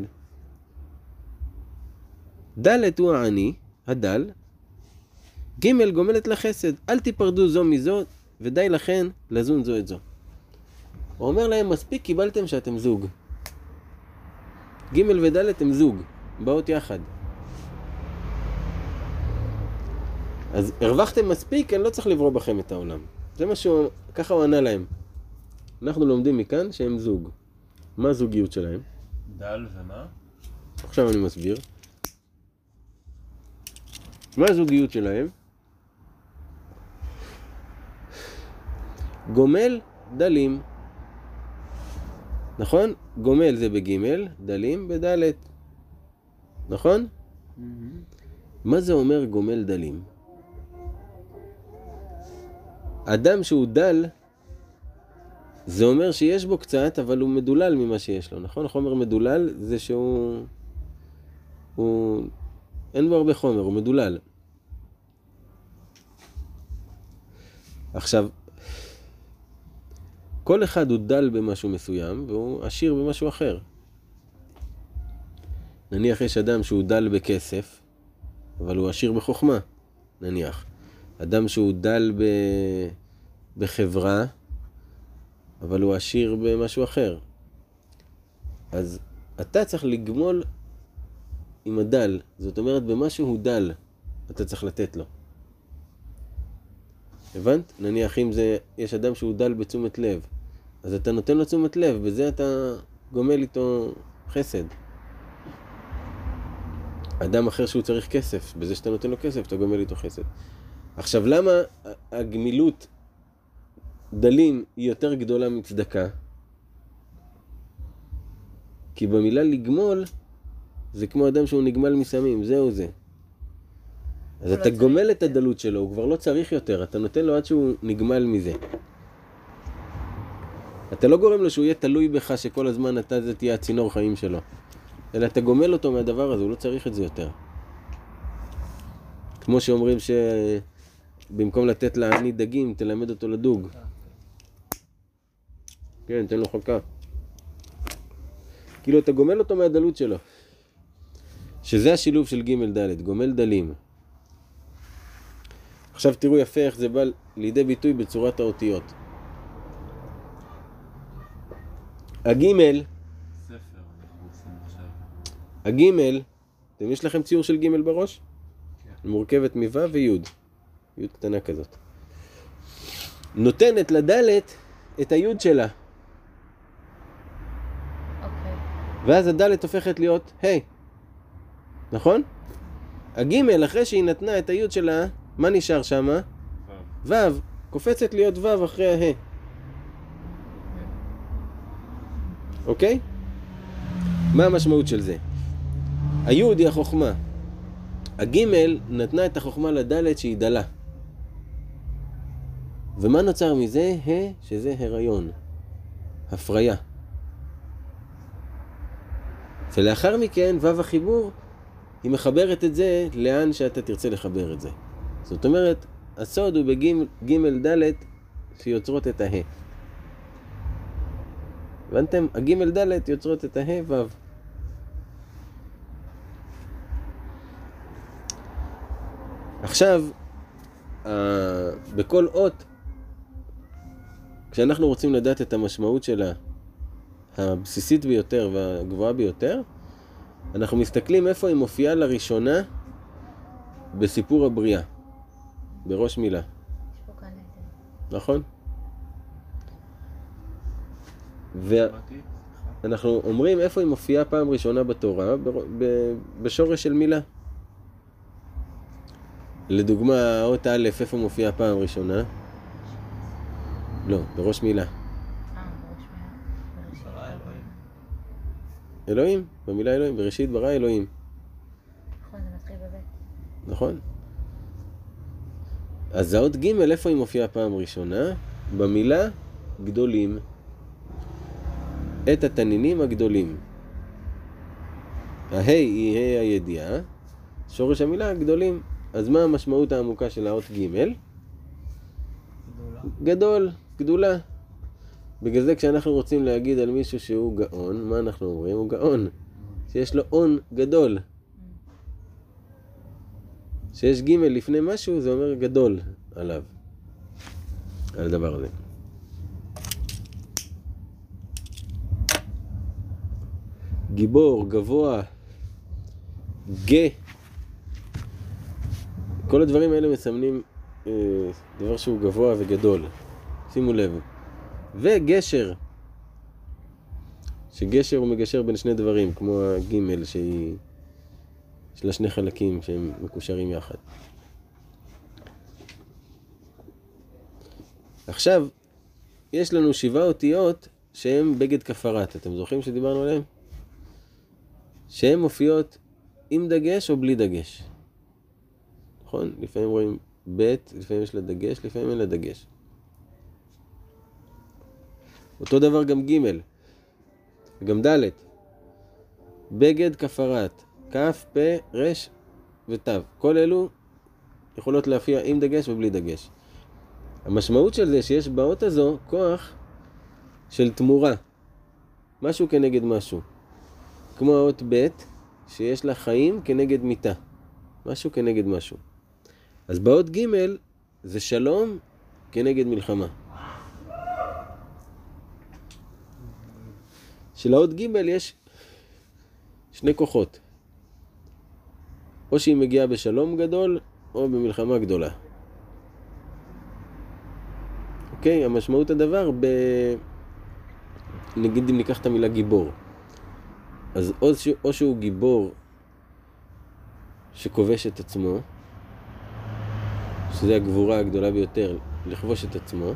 ד' הוא העני, הדל, ג' גומלת לחסד, אל תיפרדו זו מזו ודי לכן לזון זו את זו. הוא אומר להם, מספיק קיבלתם שאתם זוג. ג' וד' הם זוג, באות יחד. אז הרווחתם מספיק, אני לא צריך לברוא בכם את העולם. זה משהו, ככה הוא ענה להם. אנחנו לומדים מכאן שהם זוג. מה הזוגיות שלהם? דל ומה? עכשיו אני מסביר. מה הזוגיות שלהם? גומל, דלים. נכון? גומל זה בגימל, דלים בדלת. נכון? מה זה אומר גומל דלים? אדם שהוא דל, זה אומר שיש בו קצת, אבל הוא מדולל ממה שיש לו, נכון? החומר מדולל זה שהוא... הוא... אין בו הרבה חומר, הוא מדולל. עכשיו, כל אחד הוא דל במשהו מסוים, והוא עשיר במשהו אחר. נניח יש אדם שהוא דל בכסף, אבל הוא עשיר בחוכמה, נניח. אדם שהוא דל ב... בחברה, אבל הוא עשיר במשהו אחר. אז אתה צריך לגמול עם הדל. זאת אומרת, במשהו הוא דל, אתה צריך לתת לו. הבנת? נניח אם זה, יש אדם שהוא דל בתשומת לב, אז אתה נותן לו תשומת לב, בזה אתה גומל איתו חסד. אדם אחר שהוא צריך כסף, בזה שאתה נותן לו כסף, אתה גומל איתו חסד. עכשיו, למה הגמילות דלים היא יותר גדולה מצדקה? כי במילה לגמול, זה כמו אדם שהוא נגמל מסמים, זהו זה. אז אתה לא גומל את הדלות שלו, הוא כבר לא צריך יותר, אתה נותן לו עד שהוא נגמל מזה. אתה לא גורם לו שהוא יהיה תלוי בך שכל הזמן אתה זה תהיה הצינור חיים שלו. אלא אתה גומל אותו מהדבר הזה, הוא לא צריך את זה יותר. כמו שאומרים שבמקום לתת לעני דגים, תלמד אותו לדוג. כן, תן לו חכה. כאילו אתה גומל אותו מהדלות שלו. שזה השילוב של ג' ד', גומל דלים. עכשיו תראו יפה איך זה בא לידי ביטוי בצורת האותיות. הגימל, ספר, אנחנו עושים עכשיו. הגימל, אתם יש לכם ציור של גימל בראש? כן. מורכבת מו' וי', י' קטנה כזאת. נותנת לדלת את הי' שלה. אוקיי. ואז הדלת הופכת להיות ה'. נכון? הגימל, אחרי שהיא נתנה את הי' שלה, מה נשאר שמה? ו'. ו', קופצת להיות ו' אחרי ה'. אוקיי? מה המשמעות של זה? היוד היא החוכמה. הגימל נתנה את החוכמה לדלת שהיא דלה. ומה נוצר מזה? ה, שזה הריון. הפריה. ולאחר מכן, ו' החיבור, היא מחברת את זה לאן שאתה תרצה לחבר את זה. זאת אומרת, הסוד הוא בגימל ד' שיוצרות את הה. הבנתם? הגימל ד' יוצרות את הה ו'. עכשיו, בכל אות, כשאנחנו רוצים לדעת את המשמעות שלה, הבסיסית ביותר והגבוהה ביותר, אנחנו מסתכלים איפה היא מופיעה לראשונה בסיפור הבריאה, בראש מילה. נכון? ואנחנו אומרים איפה היא מופיעה פעם ראשונה בתורה, בשורש של מילה. לדוגמה, אות א', איפה מופיעה פעם ראשונה? לא, בראש מילה. אלוהים, במילה אלוהים, בראשית ברא אלוהים. נכון, זה מתחיל בבית. נכון. אז האות ג' איפה היא מופיעה פעם ראשונה? במילה גדולים. את התנינים הגדולים. ההי היא ה' הידיעה, שורש המילה גדולים. אז מה המשמעות העמוקה של האות ג'? גדולה. גדול, גדולה. בגלל זה כשאנחנו רוצים להגיד על מישהו שהוא גאון, מה אנחנו אומרים? הוא גאון. שיש לו און גדול. שיש ג' לפני משהו, זה אומר גדול עליו. על הדבר הזה. גיבור, גבוה, גה. כל הדברים האלה מסמנים אה, דבר שהוא גבוה וגדול. שימו לב. וגשר. שגשר הוא מגשר בין שני דברים, כמו הגימל שהיא... יש לה שני חלקים שהם מקושרים יחד. עכשיו, יש לנו שבעה אותיות שהן בגד כפרת. אתם זוכרים שדיברנו עליהן? שהן מופיעות עם דגש או בלי דגש. נכון? לפעמים רואים ב', לפעמים יש לה דגש, לפעמים אין לה דגש. אותו דבר גם ג' וגם ד'. בגד כפרת, כף, פה, רש ותו. כל אלו יכולות להופיע עם דגש ובלי דגש. המשמעות של זה שיש באות הזו כוח של תמורה. משהו כנגד משהו. כמו האות ב' שיש לה חיים כנגד מיתה. משהו כנגד משהו. אז באות ג' זה שלום כנגד מלחמה. שלאות ג' יש שני כוחות. או שהיא מגיעה בשלום גדול, או במלחמה גדולה. אוקיי? המשמעות הדבר ב... נגיד אם ניקח את המילה גיבור. אז או, ש... או שהוא גיבור שכובש את עצמו, שזה הגבורה הגדולה ביותר, לכבוש את עצמו.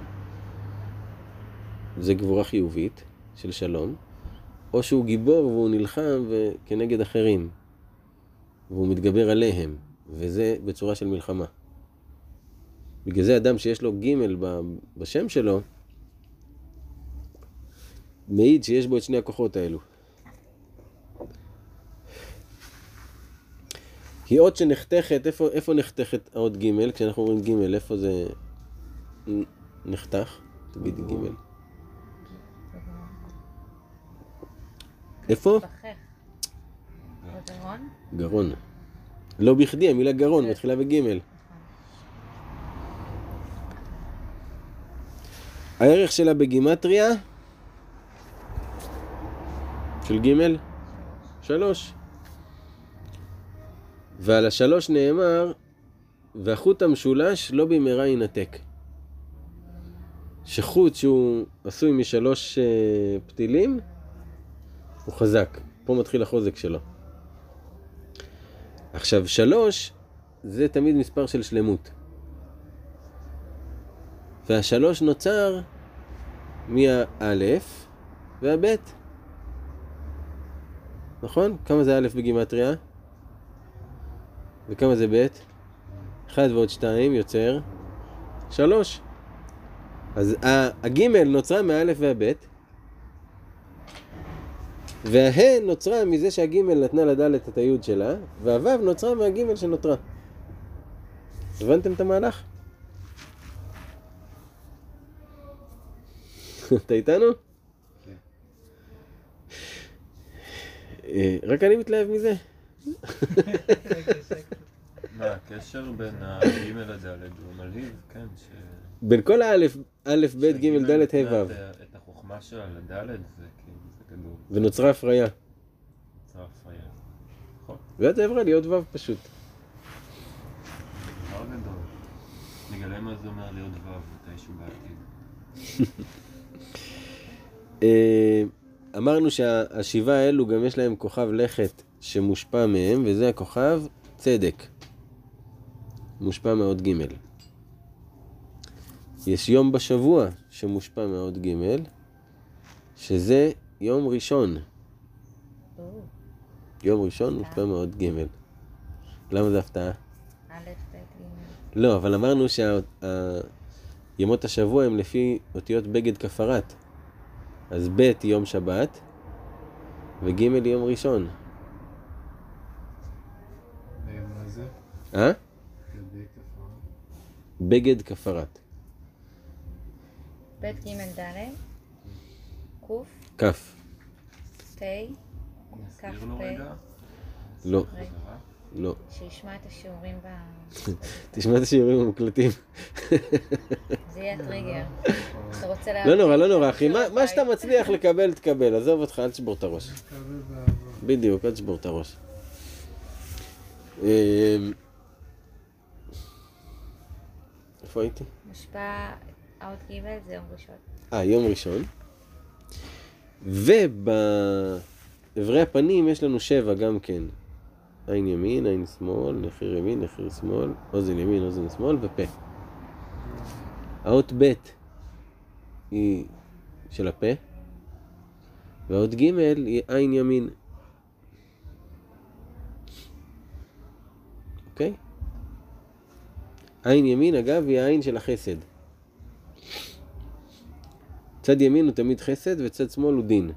זה גבורה חיובית של שלום. או שהוא גיבור והוא נלחם כנגד אחרים. והוא מתגבר עליהם. וזה בצורה של מלחמה. בגלל זה אדם שיש לו ג' בשם שלו, מעיד שיש בו את שני הכוחות האלו. כי אות שנחתכת, איפה, איפה נחתכת האות ג'? כשאנחנו אומרים ג', איפה זה נחתך? תגידי ג'. איפה? גרון? גרון. לא בכדי, המילה גרון מתחילה בג'. הערך שלה בגימטריה של ג' שלוש. ועל השלוש נאמר, והחוט המשולש לא במהרה ינתק. שחוט שהוא עשוי משלוש uh, פתילים, הוא חזק. פה מתחיל החוזק שלו. עכשיו, שלוש זה תמיד מספר של שלמות. והשלוש נוצר מהאלף והבית. נכון? כמה זה אלף בגימטריה? וכמה זה בית? אחד ועוד שתיים יוצר שלוש. אז הגימל נוצרה מהאלף והבית. וההן נוצרה מזה שהגימל נתנה לדלת את היוד שלה. והוו נוצרה מהגימל שנותרה. הבנתם את המהלך? אתה איתנו? כן. רק אני מתלהב מזה. מה, הקשר בין הג' לדלת הוא מלהיב, כן, ש... בין כל האלף, אלף, בית, ג', דלת, ה', ו'. את החוכמה שלה לדלת זה כאילו, זה גדול. ונוצרה הפריה. נוצרה הפריה. נכון. ואת עברה להיות ו' פשוט. דבר גדול. נגלה מה זה אומר להיות ו' מתישהו בעתיד. אמרנו שהשבעה האלו גם יש להם כוכב לכת שמושפע מהם, וזה הכוכב צדק. מושפע מאוד ג'. יש יום בשבוע שמושפע מאוד ג', שזה יום ראשון. יום ראשון מושפע מאוד ג'. למה זה הפתעה? א', ב', ג'. לא, אבל אמרנו שימות השבוע הם לפי אותיות בגד כפרת. אז ב' יום שבת, וג' יום ראשון. מה זה? אה? בגד כפרת. ב', ג', ד', ק', כף. ת', כ', נסביר לו רגע. פ'. לא, רגע, לא. שישמע את השיעורים ב... תשמע את השיעורים המוקלטים. זה יהיה הטריגר. אתה רוצה לא נורא, לא להבין? נורא, אחי. מה מה שאתה מצליח לקבל, תקבל. עזוב אותך, אל תשבור את הראש. בדיוק, אל תשבור את הראש. אמ, איפה הייתי? מושפע, האות ג' זה יום ראשון. אה, יום ראשון. ובאברי הפנים יש לנו שבע גם כן. עין ימין, עין שמאל, נחיר ימין, נחיר שמאל, אוזן ימין, אוזן שמאל ופה. האות ב' היא של הפה, והאות ג' היא עין ימין. אוקיי? עין ימין, אגב, היא העין של החסד. צד ימין הוא תמיד חסד וצד שמאל הוא דין.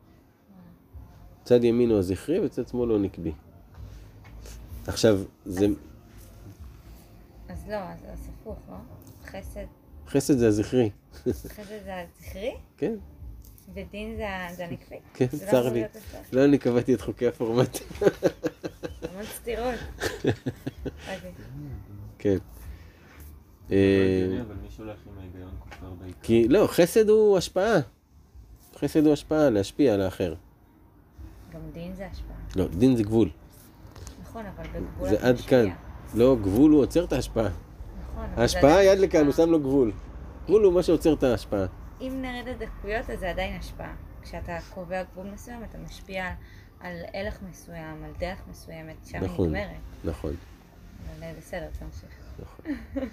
צד ימין הוא הזכרי וצד שמאל הוא נקבי. עכשיו, זה... אז לא, אז אז הפוך, לא? חסד, חסד זה הזכרי. חסד זה הזכרי, כן, ודין זה ה- זה הנקבי. כן, זה לא צר אמור לי. להיות הפוך. לא, אני קבעתי את חוקי הפורמט. המון סתירות. אוקיי. כן. לא אה, הגיוני, אבל מישהו הולך עם ההיגיון כל כך הרבה איתה. כי, לא, חסד הוא השפעה. חסד הוא השפעה, להשפיע על האחר. גם דין זה השפעה. לא, דין זה גבול. נכון, אבל בגבול זה אתה עד משפיע. כאן. לא, גבול הוא עוצר את ההשפעה. נכון, אבל זה ההשפעה עדיין יד לכאן, הוא השפעה. שם לו גבול. גבול הוא מה שעוצר את ההשפעה. אם נרד לדקויות, אז זה עדיין השפעה. כשאתה קובע גבול מסוים, אתה משפיע על הלך מסוים, על דרך מסוימת, שם היא נכון. נגמרת. נכון. אבל בסדר, תמשיך. נכון.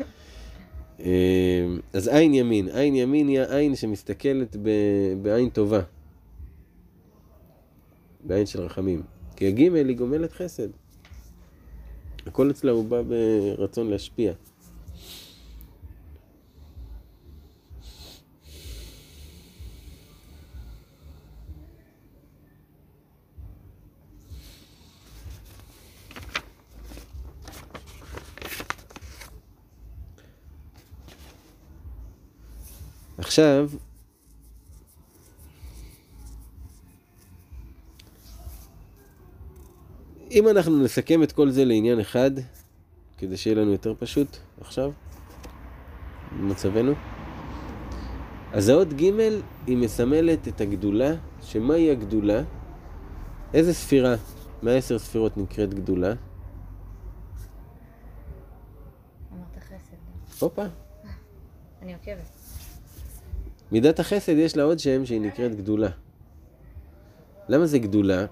אה, אז עין ימין. עין ימין היא העין שמסתכלת ב- בעין טובה. בעין של רחמים. כי הגימל היא גומלת חסד. הכל אצלה הוא בא ברצון להשפיע. עכשיו, אם אנחנו נסכם את כל זה לעניין אחד, כדי שיהיה לנו יותר פשוט עכשיו, במצבנו, אז האות ג' היא מסמלת את הגדולה, שמהי הגדולה? איזה ספירה מהעשר ספירות נקראת גדולה? אמרת חסד. הופה. אני עוקבת. מידת החסד יש לה עוד שם שהיא נקראת גדולה. למה זה גדולה?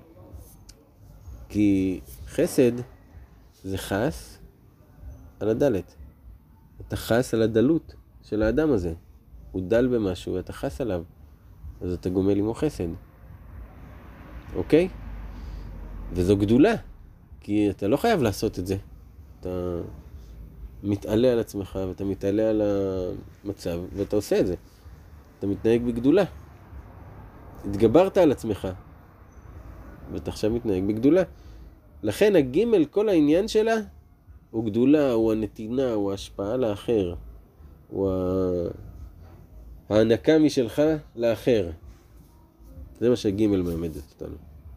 כי חסד זה חס על הדלת. אתה חס על הדלות של האדם הזה. הוא דל במשהו ואתה חס עליו. אז אתה גומל עמו חסד. אוקיי? וזו גדולה. כי אתה לא חייב לעשות את זה. אתה מתעלה על עצמך ואתה מתעלה על המצב ואתה עושה את זה. אתה מתנהג בגדולה. התגברת על עצמך. ואתה עכשיו מתנהג בגדולה. לכן הגימל, כל העניין שלה, הוא גדולה, הוא הנתינה, הוא ההשפעה לאחר. הוא הענקה משלך לאחר. זה מה שהגימל מלמדת אותנו.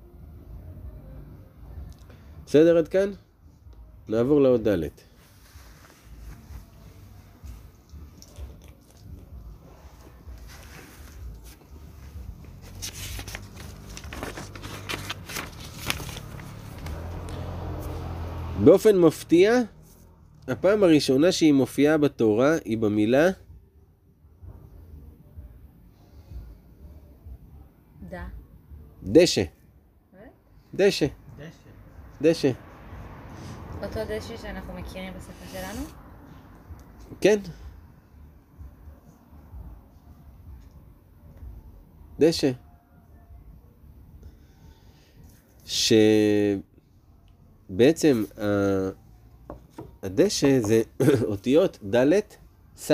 בסדר עד כאן? נעבור לעוד ד'. באופן מפתיע, הפעם הראשונה שהיא מופיעה בתורה היא במילה דה. דשא. דשא. דשא. דשא. אותו דשא שאנחנו מכירים בספר שלנו? כן. דשא. שבעצם ה- הדשא זה אותיות ד' ס'.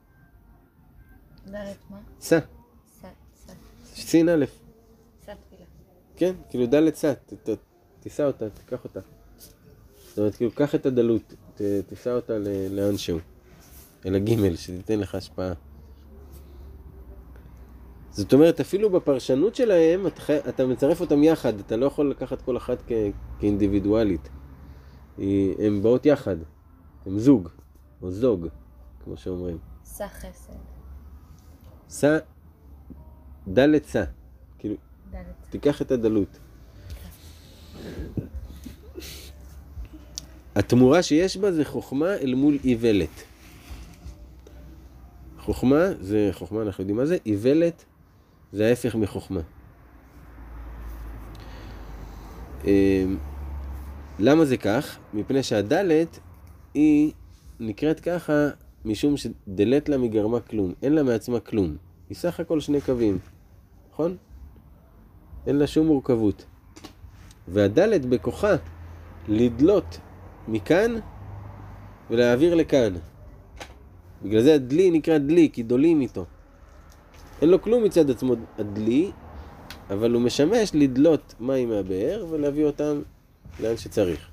דלת מה? ס'. סת, סת. סין א'. סת תפילה. כן, כאילו ד' ס'. ת- ת- תישא אותה, תיקח אותה. זאת אומרת, כאילו, קח את הדלות, ת- תישא אותה ל- לאן שהוא. אל הגימל, שתיתן לך השפעה. זאת אומרת, אפילו בפרשנות שלהם, אתה, חי- אתה מצרף אותם יחד, אתה לא יכול לקחת כל אחת כ- כאינדיבידואלית. היא- הם באות יחד, הם זוג, או זוג, כמו שאומרים. סה חסד. סע, דלת סע, כאילו, דלת. תיקח את הדלות. התמורה שיש בה זה חוכמה אל מול איוולת. חוכמה זה חוכמה, אנחנו יודעים מה זה, איוולת זה ההפך מחוכמה. למה זה כך? מפני שהדלת היא נקראת ככה משום שדלת לה מגרמה כלום, אין לה מעצמה כלום. היא סך הכל שני קווים, נכון? אין לה שום מורכבות. והדלת בכוחה לדלות מכאן ולהעביר לכאן. בגלל זה הדלי נקרא דלי, כי דולים איתו. אין לו כלום מצד עצמו הדלי, אבל הוא משמש לדלות מים מהבאר ולהביא אותם לאן שצריך.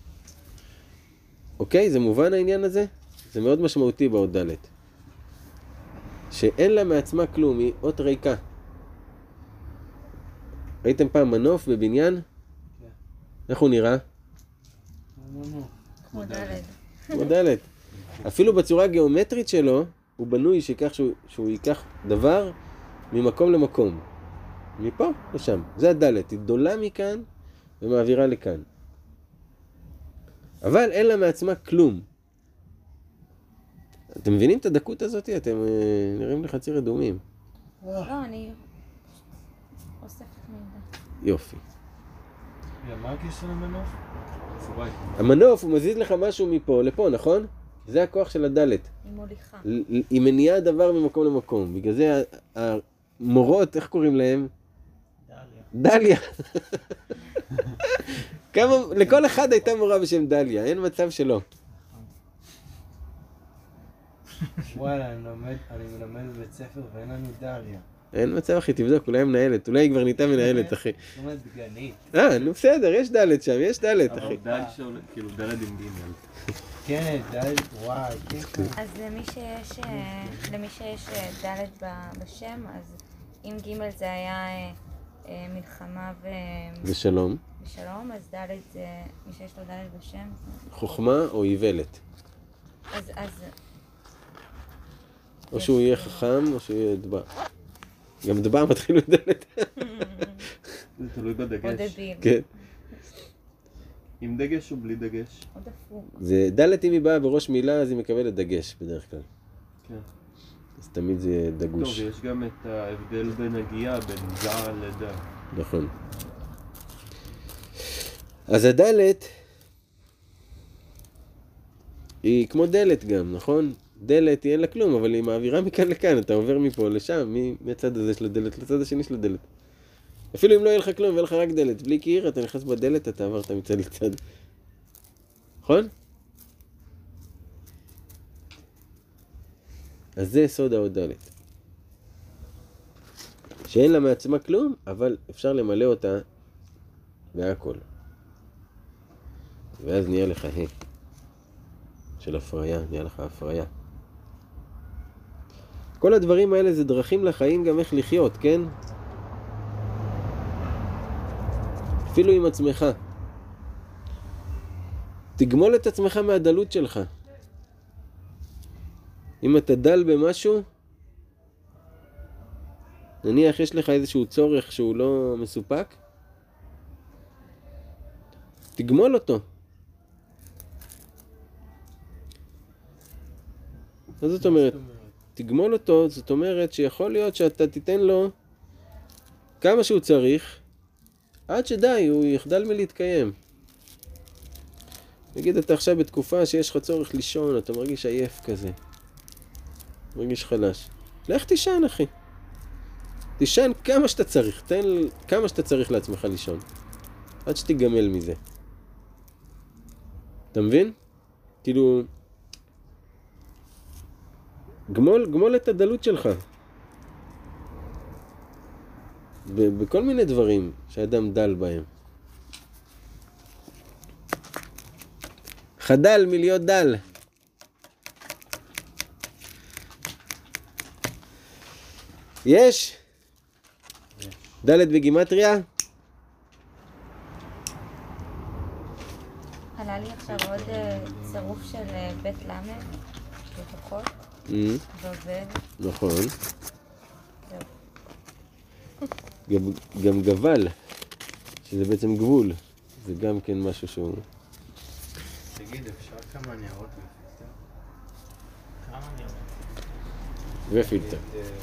אוקיי? זה מובן העניין הזה? זה מאוד משמעותי באות ד'. שאין לה מעצמה כלום, היא אות ריקה. ראיתם פעם מנוף בבניין? כן. איך הוא נראה? כמו דלת. כמו דלת. אפילו בצורה הגיאומטרית שלו, הוא בנוי שיקח, שהוא, שהוא ייקח דבר ממקום למקום. מפה לשם. זה הדלת. היא דולה מכאן ומעבירה לכאן. אבל אין לה מעצמה כלום. אתם מבינים את הדקות הזאת? אתם uh, נראים לי חצי רדומים. לא, אני אוספת מידע. יופי. מה הקשר למנוף? המנוף הוא מזיז לך משהו מפה לפה, נכון? זה הכוח של הדלת. היא מוליכה. היא מניעה דבר ממקום למקום. בגלל זה המורות, איך קוראים להם? דליה. דליה. כמה, לכל אחד הייתה מורה בשם דליה, אין מצב שלא. וואלה, אני מלמד, אני מלמד בבית ספר ואין לנו דליה. אין מצב אחי, תבדוק, אולי היא מנהלת, אולי היא כבר נהייתה מנהלת אחי. זאת אומרת דגנית. אה, נו בסדר, יש דלת שם, יש דלת אחי. אבל דל שעולה, כאילו דלת עם גימל. כן, דלת, וואי, כן. אז למי שיש, אה, למי שיש אה, דלת ב- בשם, אז אם ג' זה היה אה, אה, מלחמה ו... ושלום. ושלום, אז דלת זה מי שיש לו דלת בשם. חוכמה או איוולת. אז, אז... או שהוא יהיה חכם או שהוא יהיה דבע. גם דבע מתחיל בדלת. זה תלוי או בדגש. דביל. כן. עם דגש או בלי דגש? או דפוק. זה דלת אם היא באה בראש מילה אז היא מקבלת דגש בדרך כלל. כן. אז תמיד זה יהיה טוב, דגוש. יש גם את ההבדל בין הגייה, בין זעל לדל. נכון. אז הדלת היא כמו דלת גם, נכון? דלת היא אין לה כלום, אבל היא מעבירה מכאן לכאן, אתה עובר מפה לשם, מהצד הזה של הדלת לצד השני של הדלת. אפילו אם לא יהיה לך כלום ויהיה לך רק דלת, בלי קיר, אתה נכנס בדלת, אתה עברת מצד לצד. נכון? אז זה סוד האות דלת. שאין לה מעצמה כלום, אבל אפשר למלא אותה בהכל. ואז נהיה לך ה' של הפריה, נהיה לך הפריה. כל הדברים האלה זה דרכים לחיים גם איך לחיות, כן? אפילו עם עצמך. תגמול את עצמך מהדלות שלך. אם אתה דל במשהו, נניח יש לך איזשהו צורך שהוא לא מסופק, תגמול אותו. מה זאת אומרת? תגמול אותו, זאת אומרת שיכול להיות שאתה תיתן לו כמה שהוא צריך, עד שדי, הוא יחדל מלהתקיים. נגיד, אתה עכשיו בתקופה שיש לך צורך לישון, אתה מרגיש עייף כזה. מרגיש חלש. לך תישן, אחי. תישן כמה שאתה צריך. תן כמה שאתה צריך לעצמך לישון. עד שתיגמל מזה. אתה מבין? כאילו... גמול, גמול את הדלות שלך. ב- בכל מיני דברים שאדם דל בהם. חדל מלהיות דל. יש? דלת בגימטריה? עלה לי עכשיו עוד אה, צירוף של אה, בית למד, לפחות, Mm, ועובד. נכון. זהו. גם, גם גבל, שזה בעצם גבול. זה גם כן משהו שהוא... תגיד, אפשר כמה ניירות בפילטר? כמה נראה? ופילטר. נגיד, אה,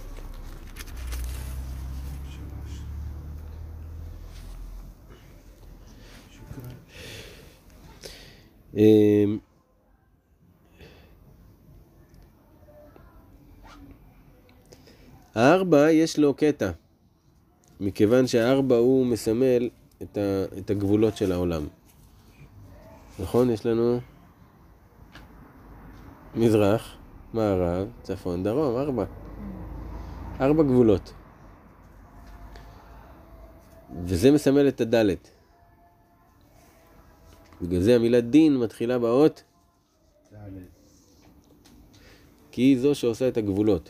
שלוש. שוקרן. אמ, הארבע יש לו קטע, מכיוון שהארבע הוא מסמל את, ה, את הגבולות של העולם. נכון? יש לנו מזרח, מערב, צפון, דרום, ארבע. ארבע גבולות. וזה מסמל את הדלת. בגלל זה המילה דין מתחילה באות, כי היא זו שעושה את הגבולות.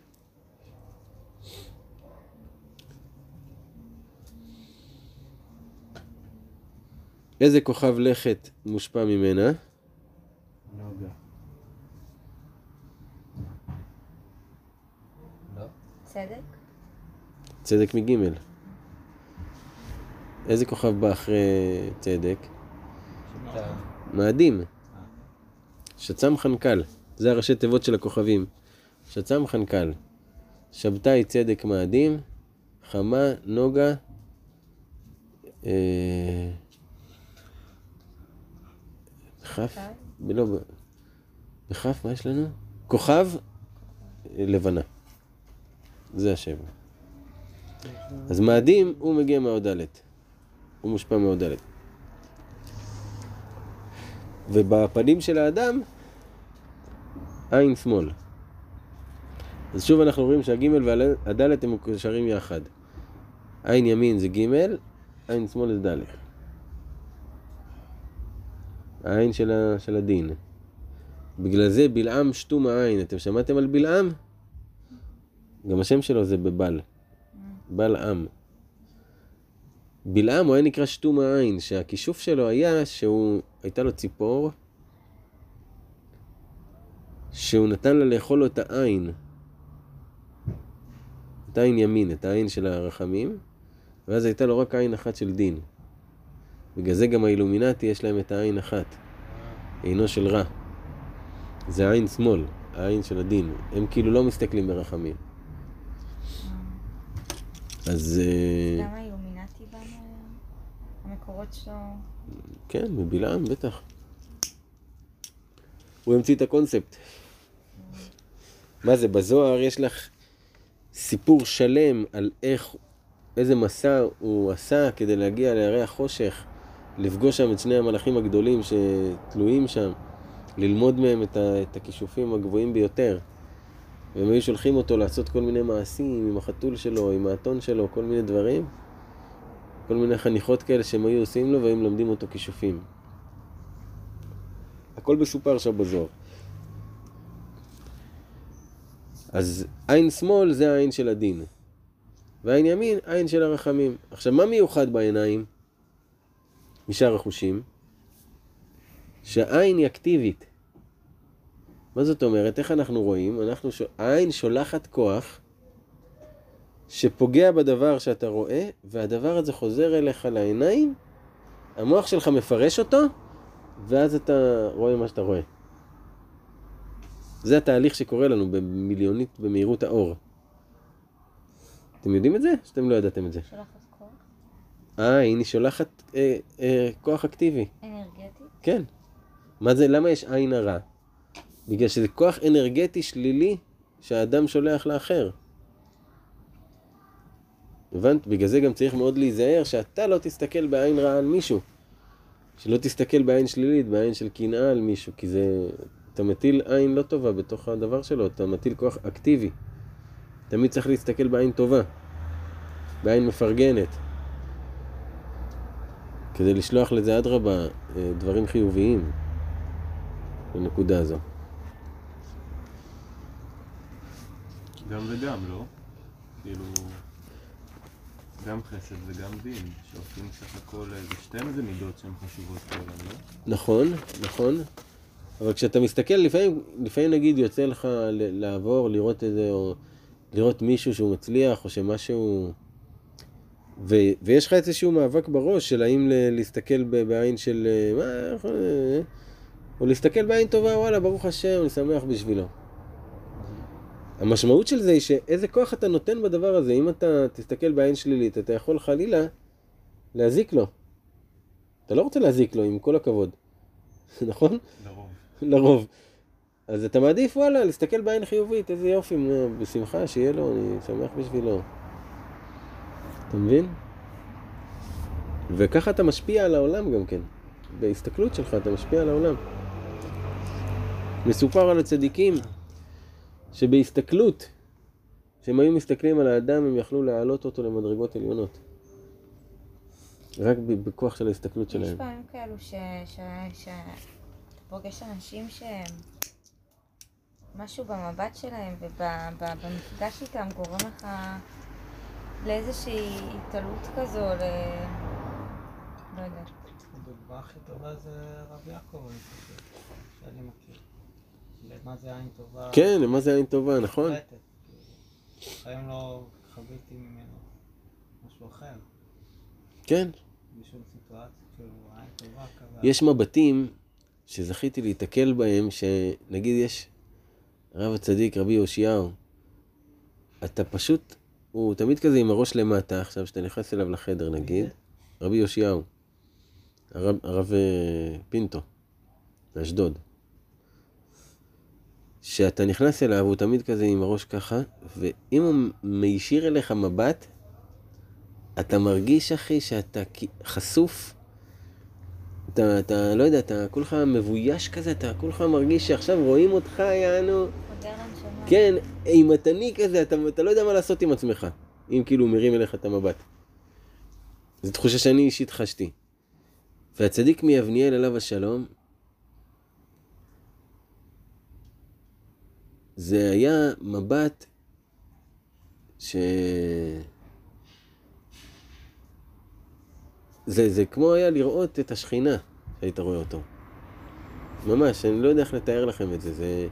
איזה כוכב לכת מושפע ממנה? נוגה. לא? צדק? צדק מגימל. איזה כוכב בא אחרי צדק? אתה... מאדים. שצם חנקל. זה הראשי תיבות של הכוכבים. שצם חנקל. שבתאי צדק מאדים. חמה, נוגה. אה... בכף? לא, בכף, מה יש לנו? כוכב לבנה. זה השם. אז מאדים הוא מגיע מהאודלת. הוא מושפע מהאודלת. ובפנים של האדם, עין שמאל. אז שוב אנחנו רואים שהגימל והדלת הם מקושרים יחד. עין ימין זה גימל, עין שמאל זה דלת. העין של, ה, של הדין. בגלל זה בלעם שתום העין. אתם שמעתם על בלעם? גם השם שלו זה בבל. בלעם. בלעם הוא היה נקרא שתום העין, שהכישוף שלו היה שהוא, הייתה לו ציפור, שהוא נתן לה לאכול לו את העין. את העין ימין, את העין של הרחמים, ואז הייתה לו רק עין אחת של דין. בגלל זה גם האילומינטי יש להם את העין אחת. עינו של רע. זה העין שמאל, העין של הדין. הם כאילו לא מסתכלים ברחמים. אז... גם האילומינטי בא המקורות שלו? כן, מבלעם, בטח. הוא המציא את הקונספט. מה זה, בזוהר יש לך סיפור שלם על איך, איזה מסע הוא עשה כדי להגיע להרי החושך, לפגוש שם את שני המלאכים הגדולים שתלויים שם, ללמוד מהם את, ה, את הכישופים הגבוהים ביותר. והם היו שולחים אותו לעשות כל מיני מעשים עם החתול שלו, עם האתון שלו, כל מיני דברים. כל מיני חניכות כאלה שהם היו עושים לו והם לומדים אותו כישופים. הכל מסופר שם בזוהר. אז עין שמאל זה העין של הדין. ועין ימין, עין של הרחמים. עכשיו, מה מיוחד בעיניים? משאר החושים? שהעין היא אקטיבית. מה זאת אומרת? איך אנחנו רואים? אנחנו ש... העין שולחת כוח שפוגע בדבר שאתה רואה, והדבר הזה חוזר אליך לעיניים, המוח שלך מפרש אותו, ואז אתה רואה מה שאתה רואה. זה התהליך שקורה לנו במיליונית במהירות האור. אתם יודעים את זה? שאתם לא ידעתם את זה. שולחת כוח? העין היא שולחת אה, אה, כוח אקטיבי. אנרגטי? כן. מה זה? למה יש עין הרע? בגלל שזה כוח אנרגטי שלילי שהאדם שולח לאחר. הבנת? בגלל זה גם צריך מאוד להיזהר שאתה לא תסתכל בעין רעה על מישהו. שלא תסתכל בעין שלילית, בעין של קנאה על מישהו, כי זה... אתה מטיל עין לא טובה בתוך הדבר שלו, אתה מטיל כוח אקטיבי. תמיד צריך להסתכל בעין טובה, בעין מפרגנת. כדי לשלוח לזה אדרבה דברים חיוביים בנקודה הזו. גם וגם, לא? כאילו... גם חסד וגם דין, שעושים סך הכל, זה שתיים איזה מידות שהן חשובות בעולם, לא? נכון, נכון. אבל כשאתה מסתכל, לפעמים, לפעמים נגיד יוצא לך לעבור, לראות איזה, או לראות מישהו שהוא מצליח, או שמשהו... ו, ויש לך איזשהו מאבק בראש של האם להסתכל בעין של... מה, או להסתכל בעין טובה, וואלה, ברוך השם, אני שמח בשבילו. המשמעות של זה היא שאיזה כוח אתה נותן בדבר הזה. אם אתה תסתכל בעין שלילית, אתה יכול חלילה להזיק לו. אתה לא רוצה להזיק לו, עם כל הכבוד. נכון? לרוב. לרוב. אז אתה מעדיף, וואלה, להסתכל בעין חיובית, איזה יופי, בשמחה, שיהיה לו, אני שמח בשבילו. אתה מבין? וככה אתה משפיע על העולם גם כן. בהסתכלות שלך אתה משפיע על העולם. מסופר על הצדיקים שבהסתכלות כשהם היו מסתכלים על האדם, הם יכלו להעלות אותו למדרגות עליונות. רק בכוח של ההסתכלות יש שלהם. פעמים כאלו ש... ש... ש... אתה פוגש אנשים שהם... משהו במבט שלהם ובמפגש איתם גורם לך לאיזושהי התעלות כזו, ל... לא יודעת. הדוגמה הכי טובה זה רב יעקב, אני חושב, שאני מכיר. למה זה עין טובה? כן, למה זה עין טובה, נכון? חיים לא חוויתי ממנו משהו אחר. כן. בשום סיטואציה, כאילו עין טובה כזה. יש מבטים שזכיתי להתקל בהם, שנגיד יש רב הצדיק, רבי יאשיהו, אתה פשוט, הוא תמיד כזה עם הראש למטה, עכשיו שאתה נכנס אליו לחדר נגיד, רבי יאשיהו, הרב, הרב פינטו, באשדוד. שאתה נכנס אליו, הוא תמיד כזה עם הראש ככה, ואם הוא מישיר אליך מבט, אתה מרגיש, אחי, שאתה חשוף, אתה, אתה לא יודע, אתה כולך מבויש כזה, אתה כולך מרגיש שעכשיו רואים אותך, יענו. כן, אימתני כזה, אתה, אתה לא יודע מה לעשות עם עצמך, אם כאילו מרים אליך את המבט. זו תחושה שאני אישית חשתי. והצדיק מיבניאל עליו השלום, זה היה מבט ש... זה, זה כמו היה לראות את השכינה שהיית רואה אותו. ממש, אני לא יודע איך לתאר לכם את זה. זה...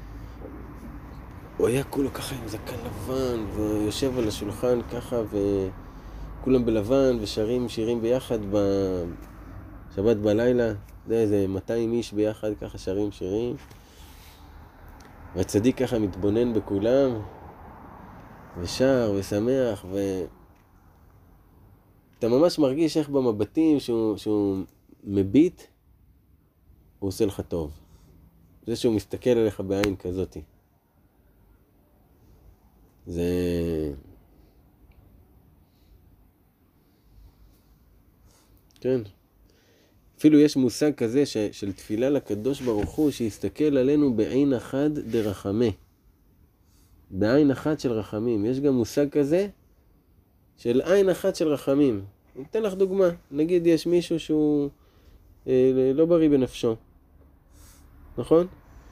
הוא היה כולו ככה עם זקן לבן, ויושב על השולחן ככה, וכולם בלבן, ושרים שירים ביחד בשבת בלילה. זה איזה מאתיים איש ביחד ככה שרים שירים. והצדיק ככה מתבונן בכולם, ושר ושמח, ו... אתה ממש מרגיש איך במבטים שהוא, שהוא מביט, הוא עושה לך טוב. זה שהוא מסתכל עליך בעין כזאת. זה... כן. אפילו יש מושג כזה ש, של תפילה לקדוש ברוך הוא, שיסתכל עלינו בעין אחד דרחמה. בעין אחת של רחמים. יש גם מושג כזה של עין אחת של רחמים. אני אתן לך דוגמה. נגיד יש מישהו שהוא אה, לא בריא בנפשו. נכון?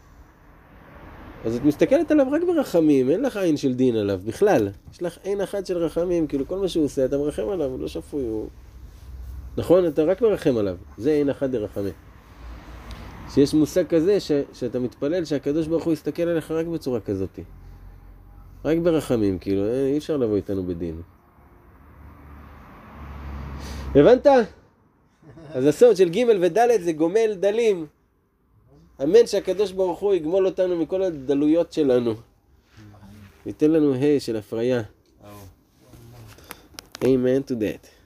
אז את מסתכלת עליו רק ברחמים, אין לך עין של דין עליו בכלל. יש לך עין אחת של רחמים, כאילו כל מה שהוא עושה, אתה מרחם עליו, הוא לא שפוי, הוא... נכון? אתה רק מרחם עליו. זה עין אחת דרחמה. שיש מושג כזה ש, שאתה מתפלל שהקדוש ברוך הוא יסתכל עליך רק בצורה כזאת. רק ברחמים, כאילו, אי אפשר לבוא איתנו בדין. הבנת? אז הסוד של ג' וד' זה גומל דלים. אמן שהקדוש ברוך הוא יגמול אותנו מכל הדלויות שלנו. ייתן לנו ה' של הפריה. Amen to that.